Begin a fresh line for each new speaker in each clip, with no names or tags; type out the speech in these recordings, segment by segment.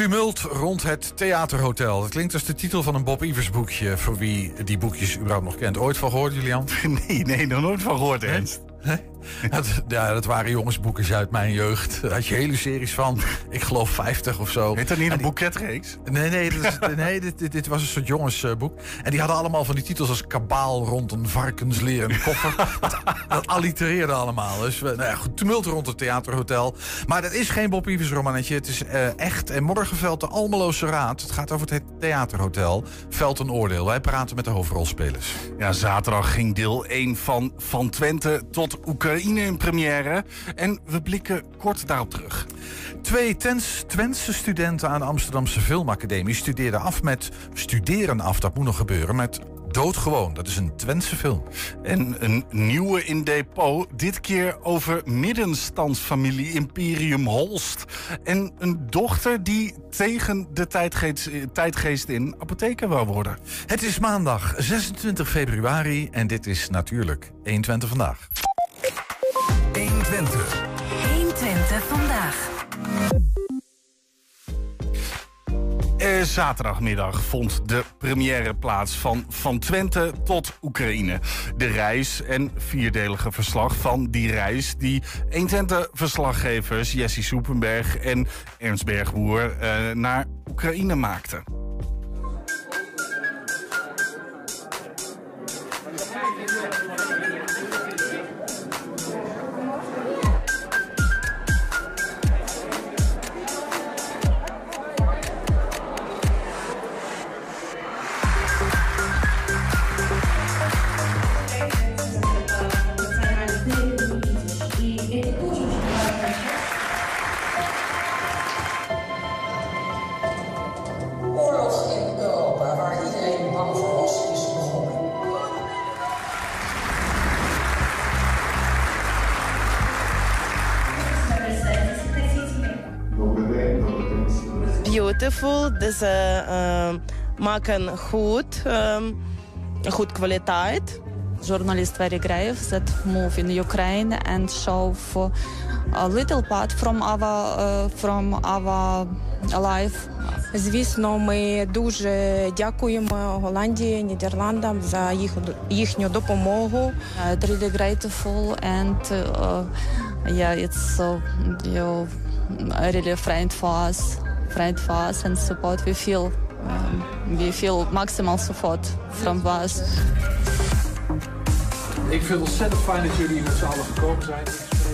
Tumult rond het Theaterhotel. Dat klinkt als de titel van een Bob Ivers boekje. Voor wie die boekjes überhaupt nog kent. Ooit van gehoord, Julian?
Nee, nog nooit van gehoord, Ernst.
Nee? Dat waren jongensboekjes uit mijn jeugd. Daar had je hele series van. Ik geloof 50 of zo.
Heet dat niet een boeketreeks?
Nee, dit was een soort jongensboek. En die hadden allemaal van die titels als kabaal rond een varkensleren koffer. Dat allitereerde allemaal. Dus goed, tumult rond het Theaterhotel. Maar dat is geen Bob Ivers romannetje. Het is echt. En morgen velt de Almeloze Raad. Het gaat over het Theaterhotel. Velt een oordeel. Wij praten met de hoofdrolspelers.
Ja, zaterdag ging deel 1 van Twente tot Oekraïne in première. En we blikken kort daarop terug.
2 Twentse studenten aan de Amsterdamse Filmacademie studeren af, dat moet nog gebeuren, met Doodgewoon. Dat is een Twentse film.
En een nieuwe in depot. Dit keer over middenstandsfamilie Imperium Holst. En een dochter die tegen de tijdgeest in apotheker wil worden.
Het is maandag 26 februari en dit is natuurlijk 120 vandaag.
120.
120 vandaag.
Zaterdagmiddag vond de première plaats van Twente tot Oekraïne. De reis en vierdelige verslag van die reis die 120-verslaggevers Jessie Soepenberg en Ernst Bergboer naar Oekraïne maakten.
Beautiful, dus ze maken goed kwaliteit.
Journalist Very Grave that move in Ukraine and show a little part from our life.
Звісно, ми дуже дякуємо Голландії, Нідерландам за їхню допомогу.
Really grateful and it's really friend for us and support. We feel maximal support from us.
Ik vind het ontzettend fijn dat jullie met z'n allen gekomen zijn.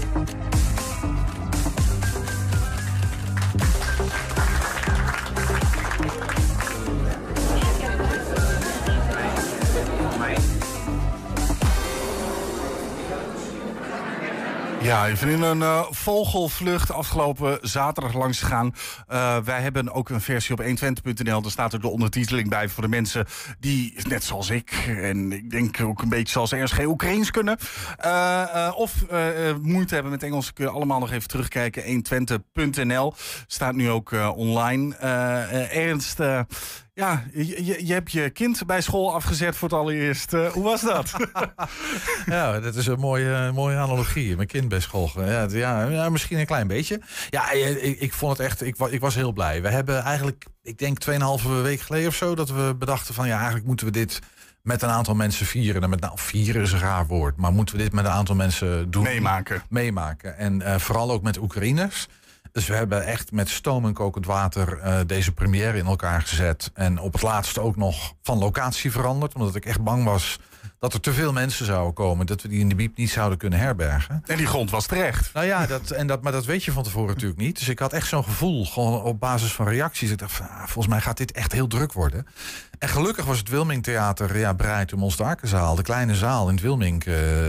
Ja, even in een vogelvlucht afgelopen zaterdag langs gegaan. Wij hebben ook een versie op 120.nl. Daar staat ook de ondertiteling bij voor de mensen die, net zoals ik, en ik denk ook een beetje zoals Ernst, geen Oekraïens kunnen. Of moeite hebben met Engels, kun je allemaal nog even terugkijken. 120.nl staat nu ook online. Ernst... Ja, je hebt je kind bij school afgezet voor het allereerst. Hoe was dat?
Ja, dat is een mooie analogie. Mijn kind bij school. Ja, misschien een klein beetje. Ja, ik vond het echt... Ik was heel blij. We hebben eigenlijk, ik denk 2,5 week geleden of zo, dat we bedachten van eigenlijk moeten we dit met een aantal mensen vieren. En vieren is een raar woord, maar moeten we dit met een aantal mensen doen? Meemaken. En vooral ook met Oekraïners. Dus we hebben echt met stoom en kokend water deze première in elkaar gezet. En op het laatste ook nog van locatie veranderd. Omdat ik echt bang was dat er te veel mensen zouden komen. Dat we die in de Biep niet zouden kunnen herbergen.
En die grond was terecht.
Nou ja, maar dat weet je van tevoren natuurlijk niet. Dus ik had echt zo'n gevoel, gewoon op basis van reacties. Ik dacht van, volgens mij gaat dit echt heel druk worden. En gelukkig was het Wilmingtheater bereid om ons de Akkerzaal, de kleine zaal in het Wilming,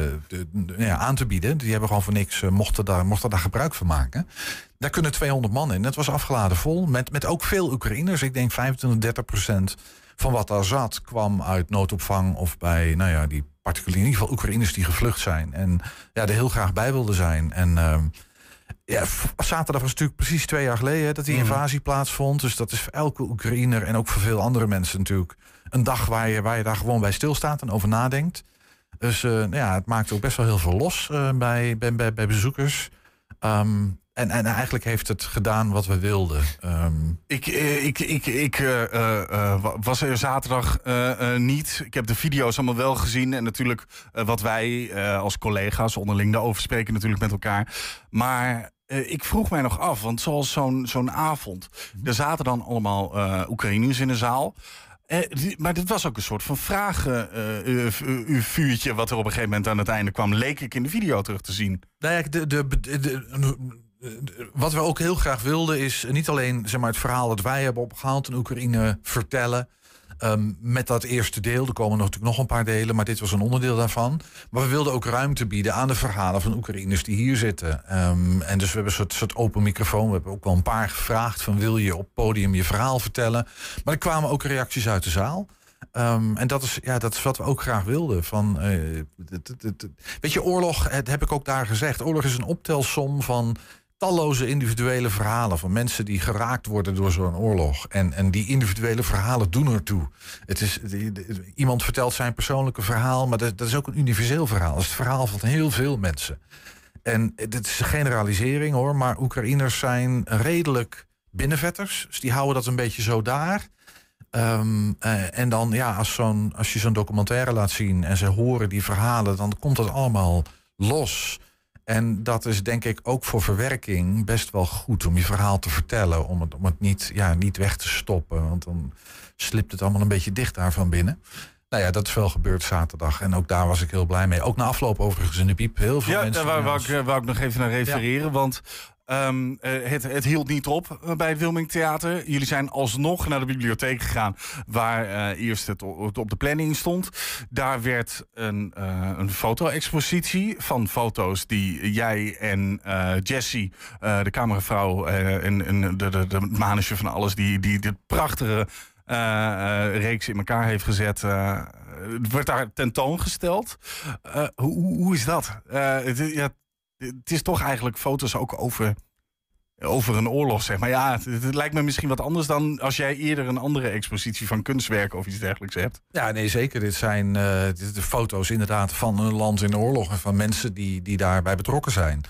aan te bieden. Die hebben gewoon voor niks, mochten daar gebruik van maken. Daar kunnen 200 man in. Het was afgeladen vol, met ook veel Oekraïners. Ik denk 25-30% van wat daar zat kwam uit noodopvang of bij die particulier, in ieder geval Oekraïners die gevlucht zijn. En er heel graag bij wilden zijn. En zaterdag was natuurlijk precies 2 jaar geleden dat die invasie plaatsvond. Dus dat is voor elke Oekraïner en ook voor veel andere mensen natuurlijk een dag waar je daar gewoon bij stilstaat en over nadenkt. Dus het maakt ook best wel heel veel los bij bezoekers. En eigenlijk heeft het gedaan wat we wilden.
Ik was er zaterdag niet. Ik heb de video's allemaal wel gezien. En natuurlijk wat wij als collega's onderling daarover spreken natuurlijk met elkaar. Maar ik vroeg mij nog af, want zoals zo'n avond. Er zaten dan allemaal Oekraïners in de zaal. Maar dit was ook een soort van vragenvuurtje wat er op een gegeven moment aan het einde kwam. Leek ik in de video terug te zien.
Nou ja, wat we ook heel graag wilden is niet alleen zeg maar, het verhaal dat wij hebben opgehaald in Oekraïne vertellen. Met dat eerste deel, er komen natuurlijk nog een paar delen, maar dit was een onderdeel daarvan. Maar we wilden ook ruimte bieden aan de verhalen van Oekraïners die hier zitten. En dus we hebben een soort open microfoon. We hebben ook wel een paar gevraagd van wil je op podium je verhaal vertellen. Maar er kwamen ook reacties uit de zaal. En dat is wat we ook graag wilden. Weet je, oorlog, dat heb ik ook daar gezegd. Oorlog is een optelsom van talloze individuele verhalen van mensen die geraakt worden door zo'n oorlog. En die individuele verhalen doen ertoe. Iemand vertelt zijn persoonlijke verhaal, maar dat is ook een universeel verhaal. Dat is het verhaal van heel veel mensen. En dit is een generalisering hoor, maar Oekraïners zijn redelijk binnenvetters. Dus die houden dat een beetje zo daar. En dan ja, als je zo'n documentaire laat zien en ze horen die verhalen, dan komt dat allemaal los. En dat is denk ik ook voor verwerking best wel goed om je verhaal te vertellen. Om het niet weg te stoppen. Want dan slipt het allemaal een beetje dicht daar van binnen. Nou ja, dat is wel gebeurd zaterdag. En ook daar was ik heel blij mee. Ook na afloop overigens in de Piep. Heel veel mensen.
Ja, daar wou ik nog even naar refereren. Ja. Want het hield niet op bij het Wilming Theater. Jullie zijn alsnog naar de bibliotheek gegaan, waar eerst het op de planning stond. Daar werd een foto-expositie van foto's die jij en Jessie, de cameravrouw en de manager van alles, die dit prachtige reeks in elkaar heeft gezet, wordt daar tentoongesteld. Hoe is dat? Het is toch eigenlijk foto's ook over een oorlog, zeg maar. Ja, het lijkt me misschien wat anders dan als jij eerder een andere expositie van kunstwerken of iets dergelijks hebt. Ja,
nee, zeker. Dit zijn de foto's inderdaad van een land in de oorlog en van mensen die daarbij betrokken zijn.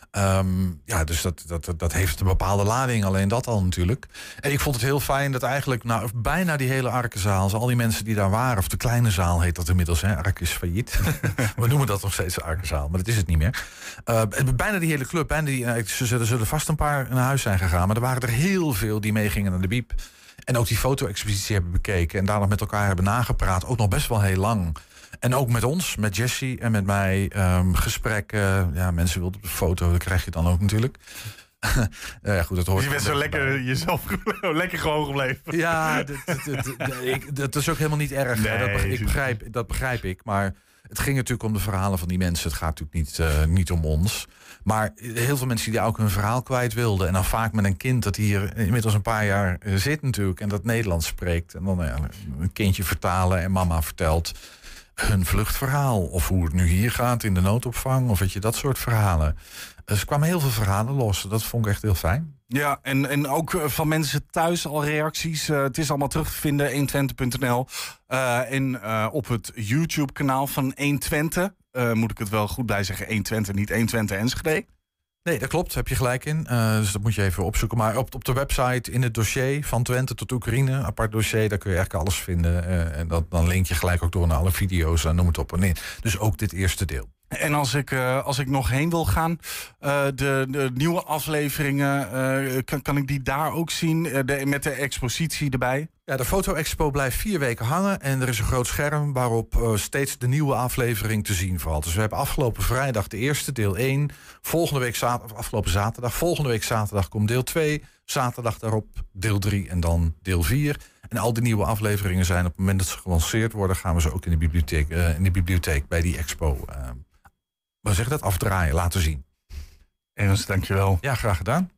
Dus dat heeft een bepaalde lading, alleen dat al natuurlijk. En ik vond het heel fijn dat eigenlijk bijna die hele Arkenzaal, al die mensen die daar waren, of de kleine zaal heet dat inmiddels, hè, Ark is failliet. We noemen dat nog steeds de Arkenzaal, maar dat is het niet meer. Bijna die hele club, ze zullen vast een paar naar huis zijn gegaan, maar er waren er heel veel die meegingen naar de Biep. En ook die foto-expositie hebben bekeken en daar nog met elkaar hebben nagepraat, ook nog best wel heel lang. En ook met ons, met Jessie en met mij, gesprekken. Ja, mensen wilden op de foto, dat krijg je dan ook natuurlijk. Ja, goed, dat hoort.
Dus je bent zo lekker jezelf lekker gewoon gebleven.
Ja, dat is ook helemaal niet erg. Nee, dat begrijp ik. Maar het ging natuurlijk om de verhalen van die mensen. Het gaat natuurlijk niet om ons. Maar heel veel mensen die ook hun verhaal kwijt wilden. En dan vaak met een kind dat hier inmiddels een paar jaar zit natuurlijk. En dat Nederlands spreekt. En dan een kindje vertalen en mama vertelt hun vluchtverhaal. Of hoe het nu hier gaat in de noodopvang. Of weet je, dat soort verhalen. Dus er kwamen heel veel verhalen los. Dat vond ik echt heel fijn.
Ja, en ook van mensen thuis al reacties. Het is allemaal terug te vinden, 120.nl. En op het YouTube-kanaal van 120. Moet ik het wel goed bij zeggen, 120, niet 120 Enschede.
Nee, dat klopt, heb je gelijk in. Dus dat moet je even opzoeken. Maar op de website, in het dossier van Twente tot Oekraïne, apart dossier, daar kun je eigenlijk alles vinden. En dan link je gelijk ook door naar alle video's en noem het op en neer. Dus ook dit eerste deel.
En als ik nog heen wil gaan, de nieuwe afleveringen, kan ik die daar ook zien met de expositie erbij?
Ja, de foto-expo blijft 4 weken hangen en er is een groot scherm waarop steeds de nieuwe aflevering te zien valt. Dus we hebben afgelopen vrijdag de eerste, deel 1. Afgelopen zaterdag. Volgende week zaterdag komt deel 2. Zaterdag daarop deel 3 en dan deel 4. En al die nieuwe afleveringen zijn op het moment dat ze gelanceerd worden, gaan we ze ook in de bibliotheek bij die expo afdraaien, laten zien.
Ernst, dankjewel.
Ja, graag gedaan.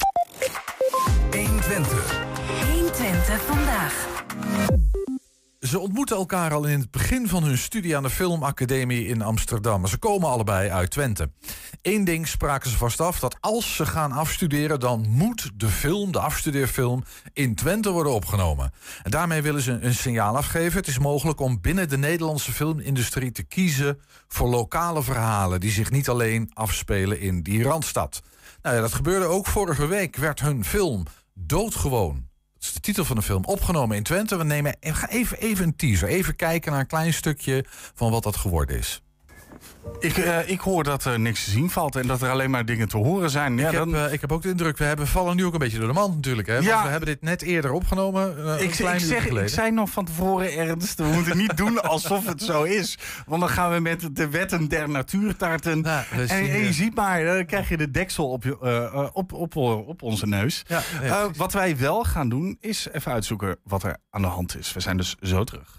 120 vandaag.
Er Ze ontmoeten elkaar al in het begin van hun studie aan de Filmacademie in Amsterdam. Maar ze komen allebei uit Twente. Eén ding spraken ze vast af, dat als ze gaan afstuderen, dan moet de afstudeerfilm, in Twente worden opgenomen. En daarmee willen ze een signaal afgeven. Het is mogelijk om binnen de Nederlandse filmindustrie te kiezen voor lokale verhalen die zich niet alleen afspelen in die Randstad. Nou ja, dat gebeurde ook. Vorige week werd hun film Doodgewoon, dat is de titel van de film, opgenomen in Twente. We gaan even een teaser. Even kijken naar een klein stukje van wat dat geworden is.
Ik hoor dat er niks te zien valt en dat er alleen maar dingen te horen zijn. Ja,
ik heb ook de indruk, we vallen nu ook een beetje door de mand natuurlijk. Hè? Want we hebben dit net eerder opgenomen.
Ik zei nog van tevoren, Ernst, we moeten niet doen alsof het zo is. Want dan gaan we met de wetten der natuur tarten. Ja, en je ziet maar, dan krijg je de deksel op onze neus. Ja, wat wij wel gaan doen, is even uitzoeken wat er aan de hand is. We zijn dus zo terug.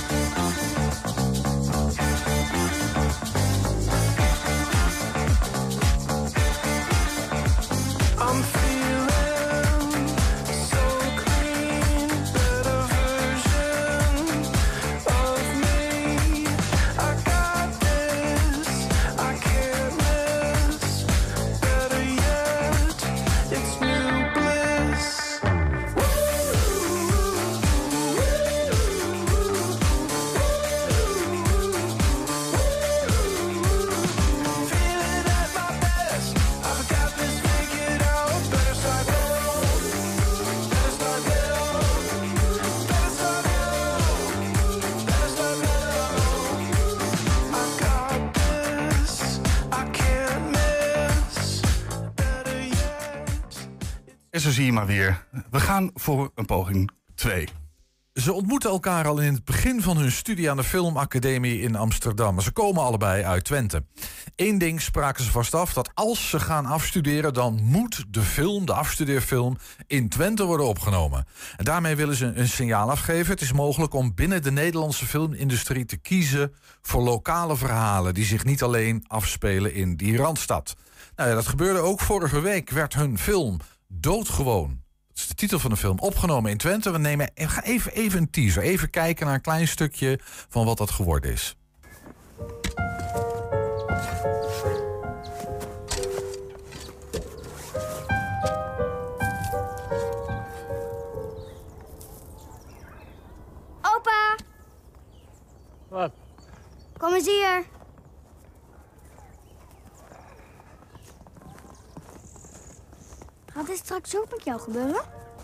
En zo zie je maar weer. We gaan voor een poging 2.
Ze ontmoeten elkaar al in het begin van hun studie aan de Filmacademie in Amsterdam. Maar ze komen allebei uit Twente. Eén ding spraken ze vast af, dat als ze gaan afstuderen, dan moet de afstudeerfilm, in Twente worden opgenomen. En daarmee willen ze een signaal afgeven. Het is mogelijk om binnen de Nederlandse filmindustrie te kiezen voor lokale verhalen die zich niet alleen afspelen in die Randstad. Nou ja, dat gebeurde ook. Vorige week werd hun film Doodgewoon, dat is de titel van de film, opgenomen in Twente. We gaan even een teaser. Even kijken naar een klein stukje van wat dat geworden is.
Opa!
Wat?
Kom eens hier. Gaat dit straks ook met jou gebeuren?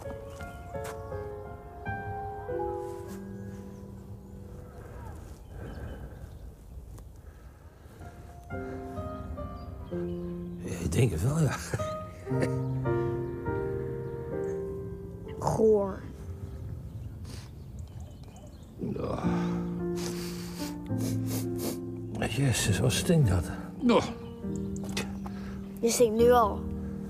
Ja, ik denk het wel, ja.
Goor.
Oh. Jezus, wat stinkt dat? Oh.
Je stinkt nu al.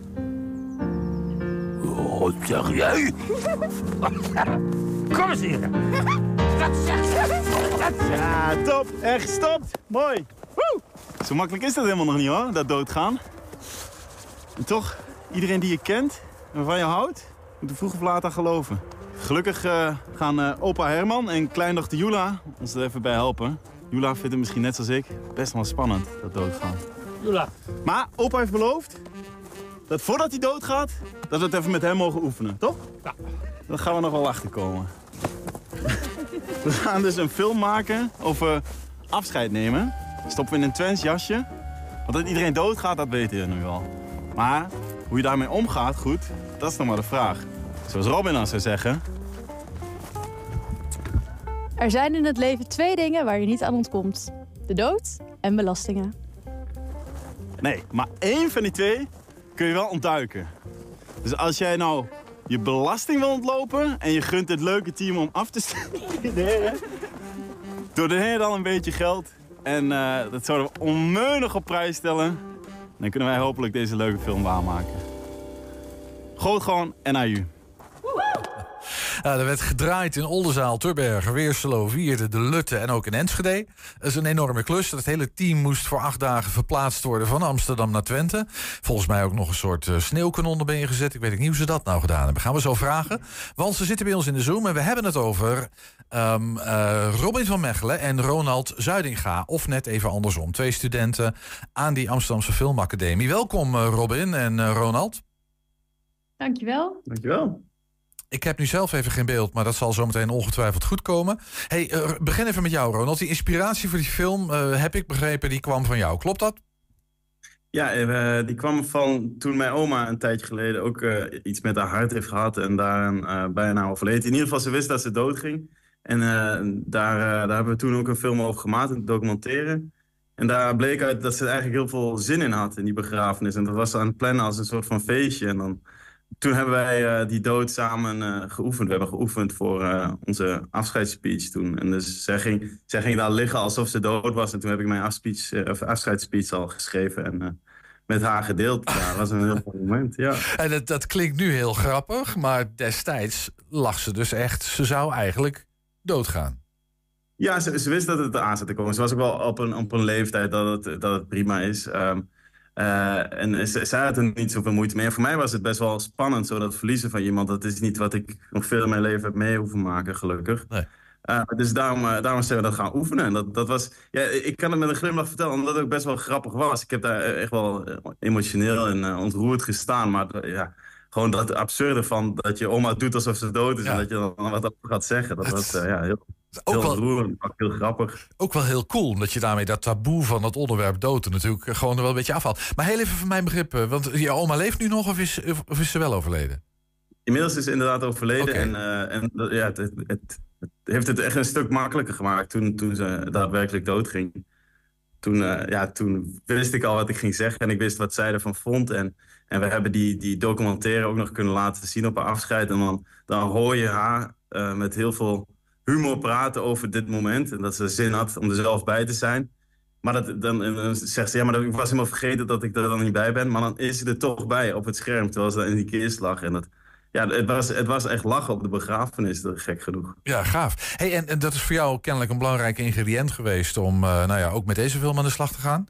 Wat zeg jij? Kom eens hier. Dat zeg je.
Ja, top. Echt gestopt. Mooi. Woe! Zo makkelijk is dat helemaal nog niet, hoor, dat doodgaan. En toch, iedereen die je kent en waarvan je houdt, moet er vroeg of laat aan geloven. Gelukkig gaan opa Herman en kleindochter Jula ons er even bij helpen. Jula vindt het misschien net zoals ik best wel spannend, dat doodgaan.
Jula.
Maar opa heeft beloofd dat voordat hij doodgaat, dat we het even met hem mogen oefenen, toch?
Ja.
Dan gaan we nog wel achterkomen. We gaan dus een film maken over afscheid nemen. Stoppen we in een Twents jasje. Want dat iedereen doodgaat, dat weet je nu al. Maar hoe je daarmee omgaat, goed, dat is nog maar de vraag. Zoals Robin dan zou zeggen.
Er zijn in het leven 2 dingen waar je niet aan ontkomt. De dood en belastingen.
Nee, maar 1 van die 2 kun je wel ontduiken. Dus als jij nou je belasting wil ontlopen en je gunt het leuke team om af te studeren, doneer je dan een beetje geld en dat zouden we onmeunig op prijs stellen. Dan kunnen wij hopelijk deze leuke film waarmaken. Groot gewoon en aju.
Er werd gedraaid in Oldenzaal, Terbergen, Weerselo, Wierde, De Lutte en ook in Enschede. Dat is een enorme klus. Het hele team moest voor 8 dagen verplaatst worden van Amsterdam naar Twente. Volgens mij ook nog een soort sneeuwkanon erbij ingezet. Ik weet niet hoe ze dat nou gedaan hebben. Gaan we zo vragen. Want ze zitten bij ons in de Zoom en we hebben het over Robin van Mechelen en Ronald Zuidinga. Of net even andersom. 2 studenten aan die Amsterdamse Filmacademie. Welkom Robin en Ronald.
Dankjewel.
Dankjewel.
Ik heb nu zelf even geen beeld, maar dat zal zometeen ongetwijfeld goed komen. Hey, begin even met jou, Ronald. Die inspiratie voor die film, heb ik begrepen, die kwam van jou. Klopt dat?
Ja, die kwam van toen mijn oma een tijdje geleden ook iets met haar hart heeft gehad en daaraan bijna overleed. In ieder geval, ze wist dat ze doodging. En daar hebben we toen ook een film over gemaakt, een documentaire. En daar bleek uit dat ze eigenlijk heel veel zin in had in die begrafenis. En dat was aan het plannen als een soort van feestje. En toen hebben wij die dood samen geoefend. We hebben geoefend voor onze afscheidsspeech toen. En dus zij ging daar liggen alsof ze dood was. En toen heb ik mijn afscheidsspeech al geschreven en met haar gedeeld. Ja, dat was een heel mooi moment, ja.
En dat klinkt nu heel grappig, maar destijds lag ze dus echt. Ze zou eigenlijk doodgaan.
Ja, ze wist dat het aan zat te komen. Ze was ook wel op een leeftijd dat het prima is. En zij had er niet zoveel moeite mee. En voor mij was het best wel spannend, zo dat verliezen van iemand. Dat is niet wat ik nog veel in mijn leven heb mee hoeven maken, gelukkig. Nee. Dus daarom zijn we dat gaan oefenen. En dat was, ja, ik kan het met een glimlach vertellen, omdat het ook best wel grappig was. Ik heb daar echt wel emotioneel en ontroerd gestaan. Maar ja, gewoon dat absurde van dat je oma doet alsof ze dood is. Ja. En dat je dan wat over gaat zeggen. Dat was heel... Ook heel roerend, heel grappig.
Ook wel heel cool, omdat je daarmee dat taboe van het onderwerp dood natuurlijk gewoon er wel een beetje afhaalt. Maar heel even van mijn begrip, want je oma leeft nu nog of is ze wel overleden?
Inmiddels is ze inderdaad overleden. Okay. Het heeft het echt een stuk makkelijker gemaakt toen ze daadwerkelijk doodging. Toen wist ik al wat ik ging zeggen en ik wist wat zij ervan vond. En we hebben die documentaire ook nog kunnen laten zien op haar afscheid. En dan hoor je haar met heel veel humor praten over dit moment. En dat ze zin had om er zelf bij te zijn. Maar dan zegt ze, ja, maar ik was helemaal vergeten dat ik er dan niet bij ben. Maar dan is ze er toch bij op het scherm, terwijl ze in die kist lag. En het was echt lachen op de begrafenis, gek genoeg.
Ja, gaaf. Hey, en dat is voor jou kennelijk een belangrijk ingrediënt geweest om ook met deze film aan de slag te gaan.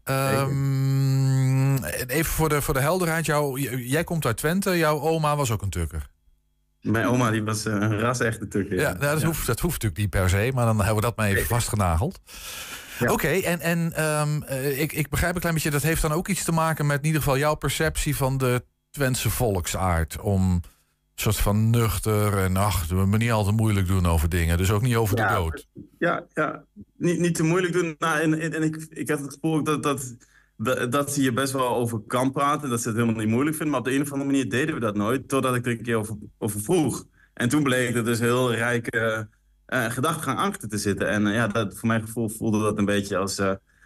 Even voor de helderheid, jij komt uit Twente, jouw oma was ook een Tukker.
Mijn oma die was een ras-echte Turk.
Ja, dat hoeft natuurlijk niet per se, maar dan hebben we dat maar even vastgenageld. Ja. Oké, ik begrijp een klein beetje, dat heeft dan ook iets te maken met in ieder geval jouw perceptie van de Twentse volksaard. Om een soort van nuchter en we me niet al te moeilijk doen over dingen. Dus ook niet over de dood.
Ja, niet te moeilijk doen. Nou, en ik heb het gevoel dat ze hier best wel over kan praten. Dat ze het helemaal niet moeilijk vinden. Maar op de een of andere manier deden we dat nooit. Totdat ik er een keer over vroeg. En toen bleek er dus heel rijke gedachtegang achter te zitten. En voor mijn gevoel voelde dat een beetje als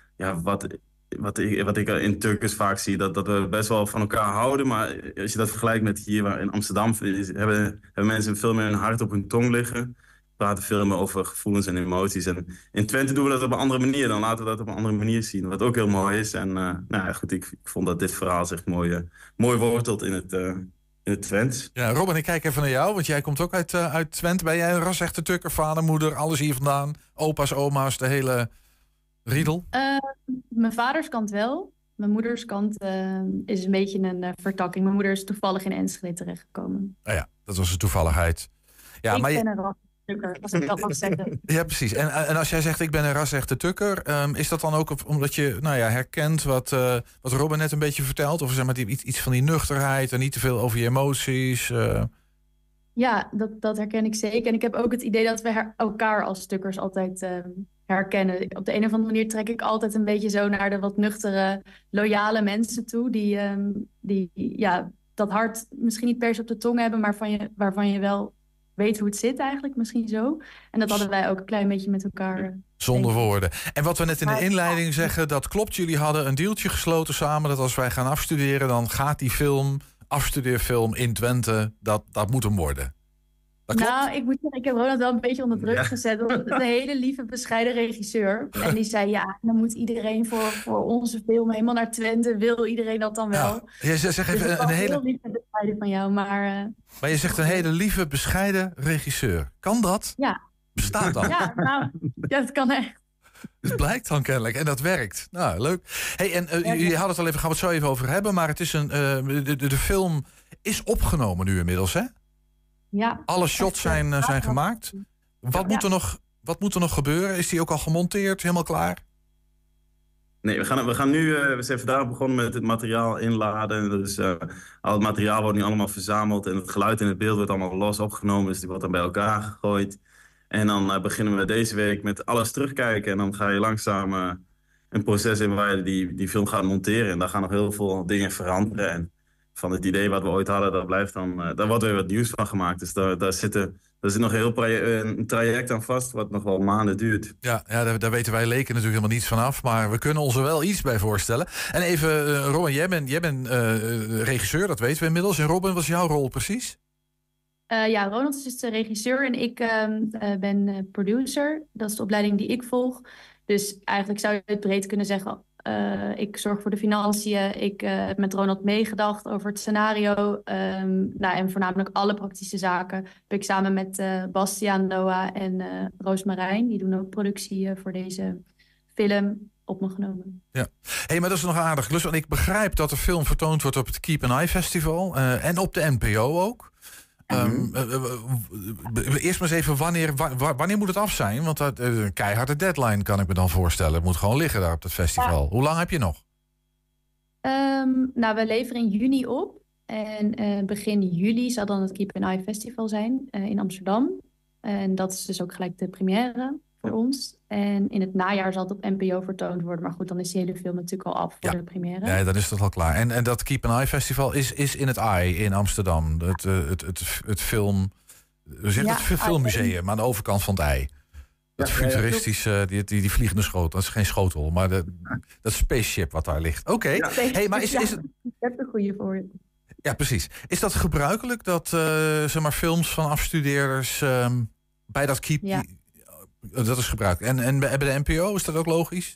wat ik in Turkers vaak zie. Dat we best wel van elkaar houden. Maar als je dat vergelijkt met hier waar in Amsterdam hebben mensen veel meer hun hart op hun tong liggen. Praten veel meer over gevoelens en emoties. En in Twente doen we dat op een andere manier. Dan laten we dat op een andere manier zien. Wat ook heel mooi is. En ik vond dat dit verhaal zich mooi wortelt in het Twents.
Ja, Robin, ik kijk even naar jou. Want jij komt ook uit Twente. Ben jij een ras-echte Tukker? Vader, moeder, alles hier vandaan? Opa's, oma's, de hele riedel?
Mijn vaders kant wel. Mijn moeders kant is een beetje een vertakking. Mijn moeder is toevallig in Enschede terechtgekomen.
Ja, dat was een toevalligheid. Ja,
ik ben een ras-echte als ik dat mag zeggen.
Ja, precies. En als jij zegt ik ben een ras-echte Tukker, is dat dan ook omdat je herkent wat Robin net een beetje vertelt? Of zeg maar iets van die nuchterheid en niet te veel over je emoties?
Ja, dat herken ik zeker. En ik heb ook het idee dat we elkaar als Tukkers altijd herkennen. Op de een of andere manier trek ik altijd een beetje zo naar de wat nuchtere, loyale mensen toe. Die dat hart misschien niet per se op de tong hebben, maar waarvan je wel weet hoe het zit eigenlijk, misschien zo. En dat hadden wij ook een klein beetje met elkaar.
Zonder woorden. En wat we net in de inleiding zeggen, dat klopt. Jullie hadden een deeltje gesloten samen, dat als wij gaan afstuderen, dan gaat die afstudeerfilm in Twente, dat moet hem worden.
Nou, ik moet zeggen, ik heb Ronald wel een beetje onder druk gezet. Want het is een hele lieve, bescheiden regisseur. En die zei, ja, dan moet iedereen voor onze film helemaal naar Twente. Wil iedereen dat dan wel?
Ja, je zegt even
dus
een hele...
heel lief en bescheiden van jou, maar...
Maar je zegt een hele lieve, bescheiden regisseur. Kan dat?
Ja.
Bestaat dat?
Ja, nou, dat kan echt.
Het blijkt dan kennelijk. En dat werkt. Nou, leuk. Hey, en jullie hadden het al even, gaan we het zo even over hebben. Maar het is de film is opgenomen nu inmiddels, hè?
Ja.
Alle shots zijn gemaakt. Wat moet er nog gebeuren? Is die ook al gemonteerd? Helemaal klaar?
Nee, we gaan nu... we zijn vandaag begonnen met het materiaal inladen. Dus al het materiaal wordt nu allemaal verzameld. En het geluid en het beeld wordt allemaal los opgenomen. Dus die wordt dan bij elkaar gegooid. En dan beginnen we deze week met alles terugkijken. En dan ga je langzaam een proces in waar je die film gaat monteren. En daar gaan nog heel veel dingen veranderen. En van het idee wat we ooit hadden, dat blijft dan... daar wordt weer wat nieuws van gemaakt. Dus daar zit nog een traject aan vast wat nog wel maanden duurt.
Ja, daar weten wij leken natuurlijk helemaal niets van af. Maar we kunnen ons er wel iets bij voorstellen. En even, Robin, jij bent regisseur, dat weten we inmiddels. En Robin, wat is jouw rol precies?
Ja, Ronald is dus de regisseur en ik ben producer. Dat is de opleiding die ik volg. Dus eigenlijk zou je het breed kunnen zeggen... ik zorg voor de financiën. Ik heb met Ronald meegedacht over het scenario. En voornamelijk alle praktische zaken heb ik samen met Bastiaan, Noah en Roosmarijn. Die doen ook productie voor deze film op me genomen.
Ja, hey, maar dat is nog aardig klus. Want ik begrijp dat de film vertoond wordt op het Keep an Eye Festival. En op de NPO ook. Eerst maar eens even, wanneer moet het af zijn? Want een keiharde deadline kan ik me dan voorstellen. Het moet gewoon liggen daar op het festival. Ja. Hoe lang heb je nog?
We leveren in juni op. En begin juli zal dan het Keep an Eye Festival zijn in Amsterdam. En dat is dus ook gelijk de première voor ons. En in het najaar zal het op NPO vertoond worden. Maar goed, dan is die hele film natuurlijk al af voor de première.
Ja, dan is dat al klaar. En dat Keep an Eye Festival is in het AI in Amsterdam. Het film... het filmmuseum aan de overkant van het ei. Dat futuristische, die vliegende schotel. Dat is geen schotel, maar dat spaceship wat daar ligt. Oké. Ja. Hey, maar is het...
Dat is een goede voor je.
Ja, precies. Is dat gebruikelijk dat films van afstudeerders bij dat Keep...
Ja.
Dat is gebruikelijk. En bij de NPO, is dat ook logisch?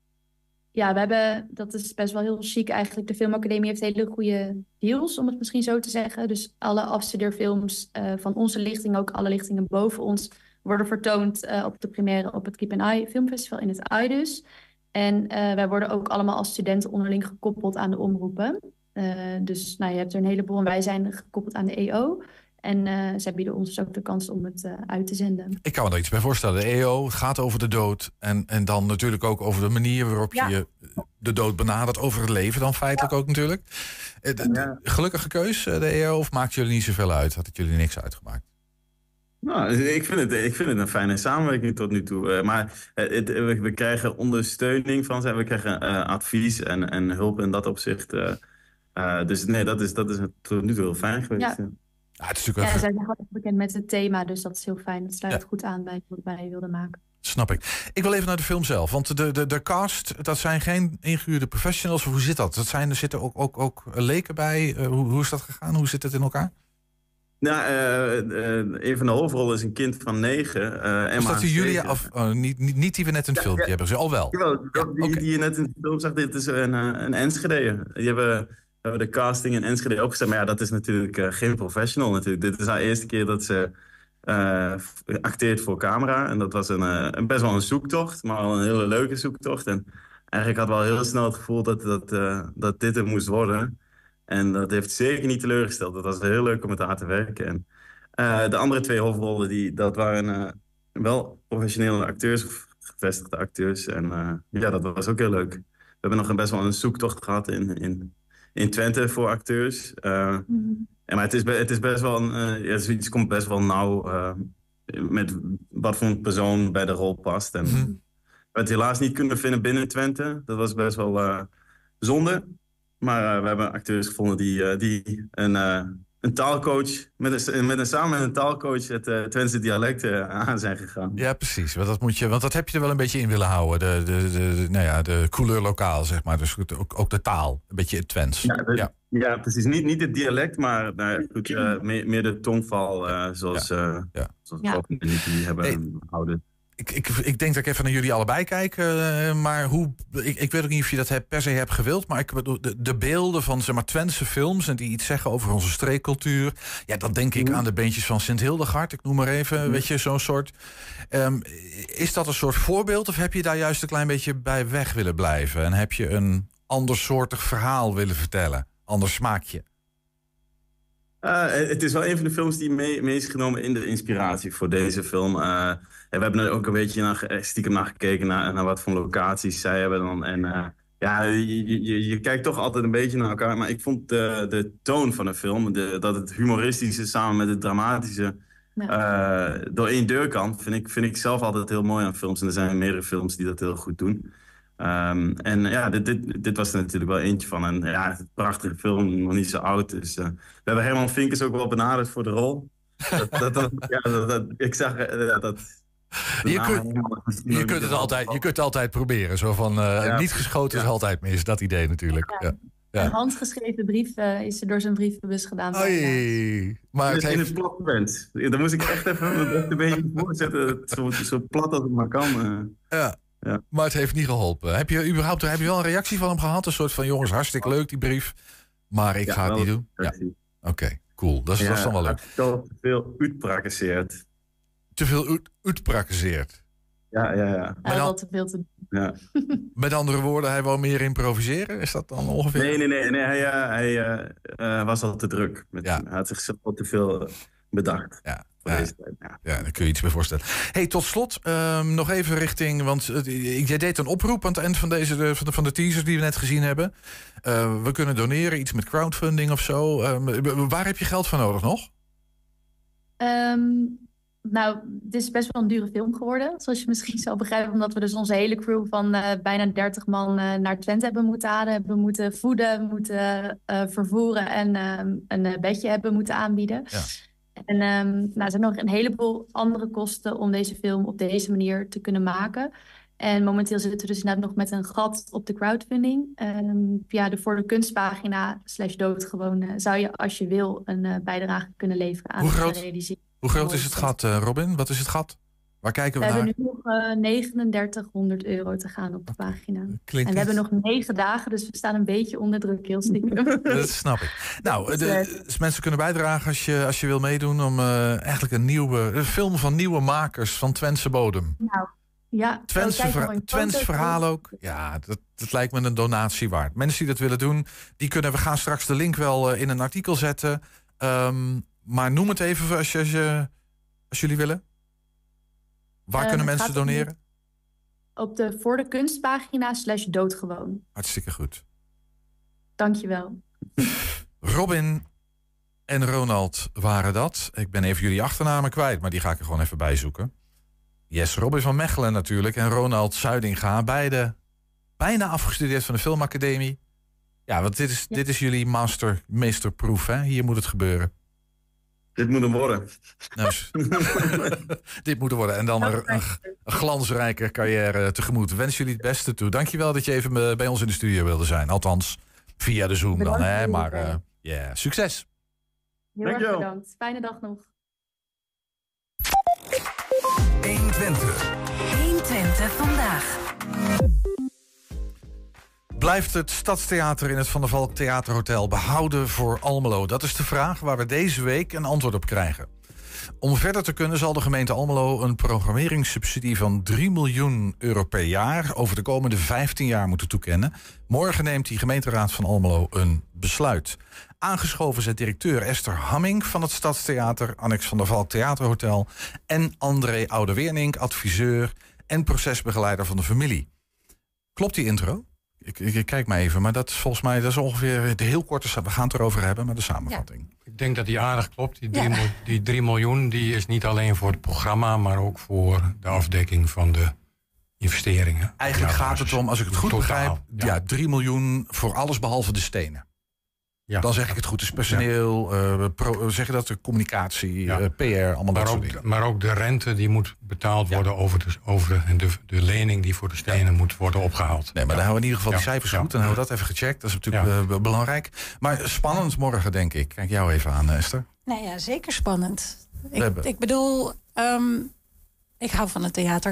Ja, dat is best wel heel chic eigenlijk. De Filmacademie heeft hele goede deals, om het misschien zo te zeggen. Dus alle afstudeerfilms van onze lichting, ook alle lichtingen boven ons, worden vertoond op de première op het Keep an Eye Filmfestival in het AI dus. En wij worden ook allemaal als studenten onderling gekoppeld aan de omroepen. Dus je hebt er een heleboel en wij zijn gekoppeld aan de EO. En zij bieden ons dus ook de kans om het uit te zenden.
Ik kan me er iets bij voorstellen. De EO gaat over de dood. En dan natuurlijk ook over de manier waarop je de dood benadert. Over het leven dan feitelijk ook natuurlijk. Gelukkige keus, de EO? Of maakt jullie niet zoveel uit? Had het jullie niks uitgemaakt?
Nou, ik vind het een fijne samenwerking tot nu toe. Maar we krijgen ondersteuning van zij. We krijgen advies en hulp in dat opzicht. Dus nee, dat is tot nu toe heel fijn geweest.
Ja.
Ja, het is natuurlijk
zij zijn gewoon bekend met het thema, dus dat is heel fijn. Het sluit goed aan bij wat wij wilden maken.
Snap ik. Ik wil even naar de film zelf. Want de cast, dat zijn geen ingehuurde professionals. Hoe zit dat? Er zitten ook leken bij. Hoe is dat gegaan? Hoe zit het in elkaar?
Nou, een van de hoofdrollen is een kind van 9.
Is dat die Julia? Of niet die we net in het filmpje hebben? Al wel?
Jawel, die je net in de film zag. Dit is een Enschede. Die hebben de casting in Enschede opgesteld. Maar ja, dat is natuurlijk geen professional natuurlijk. Dit is haar eerste keer dat ze acteert voor camera. En dat was best wel een zoektocht, maar wel een hele leuke zoektocht. En eigenlijk had wel heel snel het gevoel dat dit er moest worden. En dat heeft zeker niet teleurgesteld. Dat was heel leuk om met haar te werken. En de andere 2 hoofdrollen, dat waren wel professionele acteurs, gevestigde acteurs. En dat was ook heel leuk. We hebben nog best wel een zoektocht gehad in Twente voor acteurs. Maar het is best wel zoiets komt best wel nauw met wat voor een persoon bij de rol past. En we hebben het helaas niet kunnen vinden binnen Twente. Dat was best wel zonde. Maar we hebben acteurs gevonden die een een taalcoach, samen met een taalcoach het Twentse dialect aan zijn gegaan.
Ja, precies. Want dat heb je er wel een beetje in willen houden. De couleur lokaal, zeg maar. Dus ook de taal, een beetje het Twents.
Ja, precies. Niet het dialect, maar meer de tongval zoals we die hebben houden.
Ik denk dat ik even naar jullie allebei kijk. Maar ik weet ook niet of je dat per se hebt gewild. Maar ik bedoel, de beelden van zeg maar, Twentse films en die iets zeggen over onze streekcultuur. Ja, dan denk ik aan de beentjes van Sint Hildegard. Ik noem maar even, weet je, zo'n soort. Is dat een soort voorbeeld? Of heb je daar juist een klein beetje bij weg willen blijven? En heb je een andersoortig verhaal willen vertellen? Ander smaakje?
Het is wel een van de films die mee is genomen in de inspiratie voor deze film. We hebben er ook een beetje stiekem naar gekeken, naar wat voor locaties zij hebben dan. En je kijkt toch altijd een beetje naar elkaar. Maar ik vond de toon van de film, dat het humoristische samen met het dramatische door één deur kan, vind ik zelf altijd heel mooi aan films. En er zijn meerdere films die dat heel goed doen. Dit was er natuurlijk wel eentje van. En ja, het is een prachtige film, nog niet zo oud. Dus, we hebben Herman Vinkers ook wel benaderd voor de rol. Ik zag dat...
Je kunt het altijd proberen. Zo van, niet geschoten is altijd mis. Dat idee natuurlijk. Ja.
Ja. Een handgeschreven brief is er door zijn brievenbus gedaan.
Maar het heeft... in het plat. Dan moest ik echt even een beetje voorzetten. Zo plat als het maar kan.
Ja. Maar het heeft niet geholpen. Heb je wel een reactie van hem gehad? Een soort van, jongens, hartstikke leuk die brief. Maar ik ga het niet doen. Ja. Oké, cool. Dat is dan wel leuk.
Te veel uitprakkeseerd.
Te veel uitprakkeseerd.
Ja.
Hij had wel te veel te doen.
Ja.
Met andere woorden, hij wou meer improviseren? Is dat dan ongeveer?
Nee. Hij was al te druk. Hij had zichzelf al te veel bedacht.
Ja, daar kun je iets bij voorstellen. Hey, tot slot, nog even richting... Want jij deed een oproep aan het eind van de teasers die we net gezien hebben. We kunnen doneren, iets met crowdfunding of zo. Waar heb je geld voor nodig nog?
Het is best wel een dure film geworden. Zoals je misschien zal begrijpen. Omdat we dus onze hele crew van bijna 30 man naar Twente hebben moeten halen. Hebben moeten voeden, moeten vervoeren en een bedje hebben moeten aanbieden. Ja. En er zijn nog een heleboel andere kosten om deze film op deze manier te kunnen maken. En momenteel zitten we dus inderdaad nog met een gat op de crowdfunding. Via de Voor de Kunstpagina /doodgewoon zou je als je wil een bijdrage kunnen leveren aan het realiseren.
Hoe groot is het gat, Robin? Wat is het gat? Waar kijken we naar?
We hebben nu nog €3900 te gaan op de pagina. We hebben nog 9 dagen, dus we staan een beetje onder druk, heel stiekem.
Dat snap ik. Nou, dus mensen kunnen bijdragen als je wil meedoen om eigenlijk een film van nieuwe makers van Twentse bodem.
Nou, ja.
Twents verhaal ook. Ja, dat lijkt me een donatie waard. Mensen die dat willen doen, we gaan straks de link wel in een artikel zetten. Maar noem het even als jullie willen. Waar kunnen mensen doneren?
Op de Voor de Kunstpagina /doodgewoon.
Hartstikke goed.
Dankjewel.
Robin en Ronald waren dat. Ik ben even jullie achternamen kwijt, maar die ga ik er gewoon even bij zoeken. Yes, Robin van Mechelen natuurlijk en Ronald Zuidinga. Beide bijna afgestudeerd van de Filmacademie. Ja, want dit is jullie meesterproef, hè? Hier moet het gebeuren.
Dit moet hem worden.
Dit moet er worden. En dan een glansrijke carrière tegemoet. Wens jullie het beste toe. Dankjewel dat je even bij ons in de studio wilde zijn. Althans, via de Zoom dan. Hè? Maar succes.
Heel erg bedankt. Fijne dag nog.
120 vandaag.
Blijft het Stadstheater in het Van der Valk Theaterhotel behouden voor Almelo? Dat is de vraag waar we deze week een antwoord op krijgen. Om verder te kunnen zal de gemeente Almelo een programmeringssubsidie van €3 miljoen per jaar over de komende 15 jaar moeten toekennen. Morgen neemt die gemeenteraad van Almelo een besluit. Aangeschoven zijn directeur Esther Hamming van het Stadstheater, Annex Van der Valk Theaterhotel en André Oudeweernink, adviseur en procesbegeleider van de familie. Klopt die intro? Ik kijk maar even, maar dat is volgens mij ongeveer de heel korte... We gaan het erover hebben, maar de samenvatting.
Ja. Ik denk dat die aardig klopt. Die 3 miljoen die is niet alleen voor het programma, maar ook voor de afdekking van de investeringen.
Eigenlijk gaat het om, als ik het goed begrijp, 3 miljoen voor alles behalve de stenen. Ja. Dan zeg ik het goed. Dus personeel, zeg je dat, de communicatie, PR, allemaal dat soort dingen.
Maar ook de rente die moet betaald worden over de lening die voor de stenen moet worden opgehaald.
Nee, maar dan houden we in ieder geval die cijfers goed. Dan hebben we dat even gecheckt. Dat is natuurlijk belangrijk. Maar spannend morgen, denk ik. Kijk jou even aan, Esther.
Nou ja, zeker spannend. Ik bedoel, ik hou van het theater.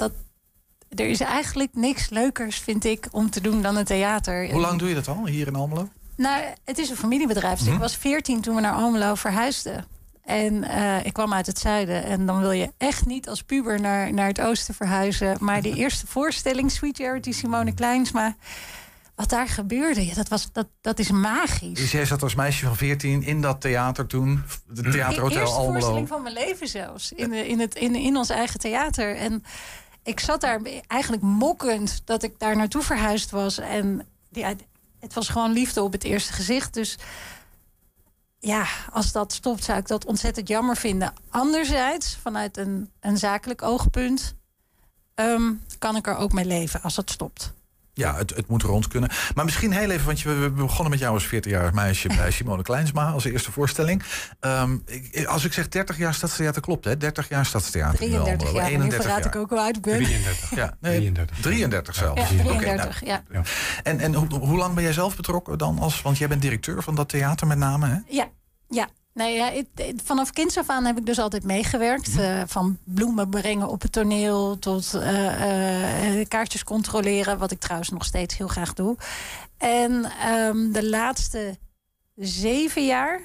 Er is eigenlijk niks leukers, vind ik, om te doen dan het theater.
Hoe lang doe je dat al, hier in Almelo?
Nou, het is een familiebedrijf. Dus ik was 14 toen we naar Almelo verhuisden. En ik kwam uit het zuiden. En dan wil je echt niet als puber naar het oosten verhuizen. Maar die eerste voorstelling, Sweet Charity, Simone Kleinsma, wat daar gebeurde, dat is magisch.
Dus jij zat als meisje van 14 in dat theater toen, het theaterhotel Almelo.
De eerste voorstelling van mijn leven zelfs. In ons eigen theater. En ik zat daar eigenlijk mokkend dat ik daar naartoe verhuisd was. En het was gewoon liefde op het eerste gezicht. Dus ja, als dat stopt, zou ik dat ontzettend jammer vinden. Anderzijds, vanuit een zakelijk oogpunt, kan ik er ook mee leven als het stopt.
Ja, het moet rond kunnen. Maar misschien heel even, want we begonnen met jou als 14-jarig meisje bij Simone Kleinsma als eerste voorstelling. Als ik zeg 30 jaar Stadstheater, klopt hè? 30 jaar Stadstheater.
33 jaar, 31 jaar. Ik ook wel uit ben.
33.
Ja, nee, 33 zelfs.
Ja, 33, okay,
ja. En hoe lang ben jij zelf betrokken dan? Want jij bent directeur van dat theater met name, hè?
Ja. Nee, ja, vanaf kinds af aan heb ik dus altijd meegewerkt. Van bloemen brengen op het toneel tot kaartjes controleren. Wat ik trouwens nog steeds heel graag doe. En de laatste 7 jaar,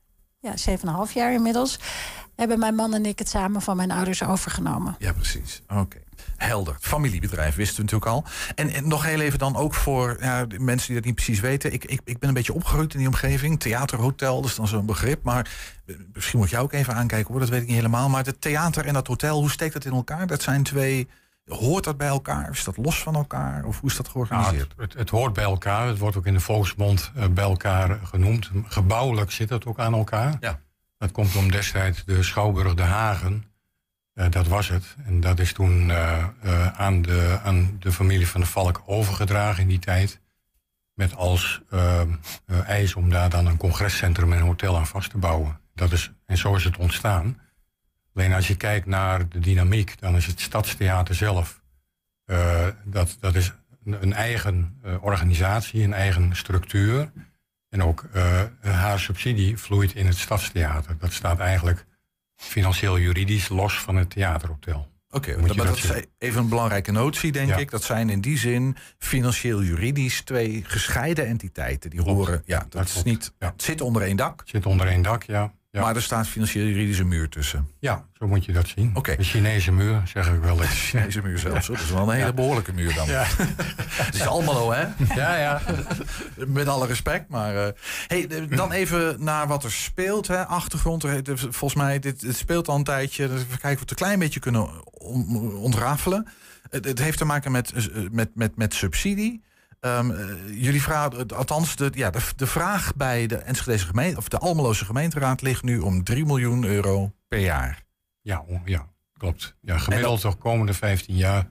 7,5 jaar inmiddels, hebben mijn man en ik het samen van mijn ouders overgenomen.
Ja, precies. Oké. Helder. Familiebedrijf, wisten we natuurlijk al. En nog heel even dan ook voor de mensen die dat niet precies weten. Ik ben een beetje opgegroeid in die omgeving. Theaterhotel, dat is dan zo'n begrip. Maar misschien moet je ook even aankijken hoor, dat weet ik niet helemaal. Maar het theater en dat hotel, hoe steekt dat in elkaar? Dat zijn twee... Hoort dat bij elkaar? Is dat los van elkaar? Of hoe is dat georganiseerd?
Nou, het hoort bij elkaar. Het wordt ook in de volksmond bij elkaar genoemd. Gebouwelijk zit het ook aan elkaar.
Ja.
Dat komt om destijds de Schouwburg De Hagen. Dat was het. En dat is toen aan de familie van de Valk overgedragen in die tijd. Met als eis om daar dan een congrescentrum en een hotel aan vast te bouwen. En zo is het ontstaan. Alleen als je kijkt naar de dynamiek, dan is het Stadstheater zelf. Dat is een eigen organisatie, een eigen structuur. En ook haar subsidie vloeit in het Stadstheater. Dat staat eigenlijk financieel juridisch los van het theaterhotel.
Oké, maar dat is even een belangrijke notie, denk ik. Dat zijn in die zin financieel juridisch 2 gescheiden entiteiten. Die horen, dat is niet. Ja. Het zit onder één dak.
Het zit onder één dak, ja.
Maar er staat financieel juridisch een muur tussen.
Ja, zo moet je dat zien.
Okay.
De Chinese muur, zeg ik wel eens.
De Chinese muur zelfs, dat is wel een hele behoorlijke muur dan. Ja. Het is Almelo, hè?
Ja.
Met alle respect, maar... dan even naar wat er speelt, hè? Achtergrond, volgens mij, dit speelt al een tijdje. Even kijken of we het een klein beetje kunnen ontrafelen. Het heeft te maken met subsidie. Jullie vragen, althans de vraag bij de Enschedese gemeente of de Almeloze gemeenteraad ligt nu om €3 miljoen per jaar.
Ja, klopt. Ja, gemiddeld de komende 15 jaar.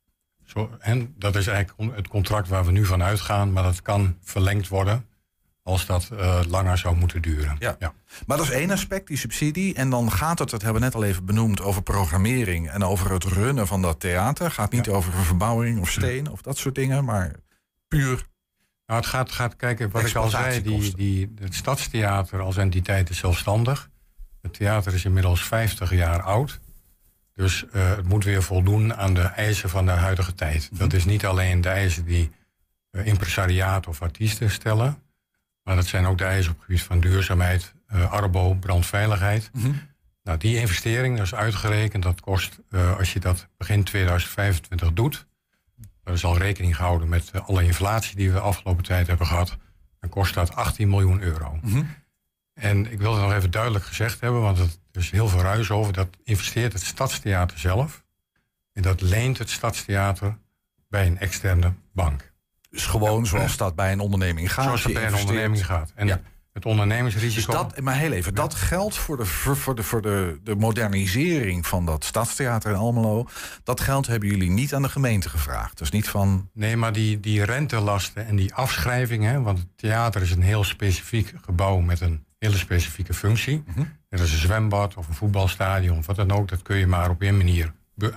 En dat is eigenlijk het contract waar we nu van uitgaan, maar dat kan verlengd worden als dat langer zou moeten duren.
Ja. Maar dat is één aspect, die subsidie. En dan gaat het, dat hebben we net al even benoemd, over programmering en over het runnen van dat theater. Gaat niet over een verbouwing of steen of dat soort dingen, maar puur.
Nou, het gaat kijken, wat ik al zei, het Stadstheater als entiteit is zelfstandig. Het theater is inmiddels 50 jaar oud. Dus het moet weer voldoen aan de eisen van de huidige tijd. Dat is niet alleen de eisen die impresariaat of artiesten stellen, maar dat zijn ook de eisen op het gebied van duurzaamheid, arbo, brandveiligheid. Nou, die investering, dat is uitgerekend, dat kost, als je dat begin 2025 doet, er is al rekening gehouden met alle inflatie die we de afgelopen tijd hebben gehad, dan kost dat €18 miljoen. En ik wil het nog even duidelijk gezegd hebben, want er is heel veel ruis over. Dat investeert het Stadstheater zelf. En dat leent het Stadstheater bij een externe bank.
Dus gewoon zoals dat bij een onderneming gaat.
Zoals dat bij een onderneming gaat. En Het ondernemingsrisico.
Dus maar heel even, dat geldt voor de modernisering van dat Stadstheater in Almelo. Dat geld hebben jullie niet aan de gemeente gevraagd. Dus niet van...
Nee, maar die rentelasten en die afschrijvingen, want het theater is een heel specifiek gebouw met een hele specifieke functie. Er is een zwembad of een voetbalstadion of wat dan ook. Dat kun je maar op één manier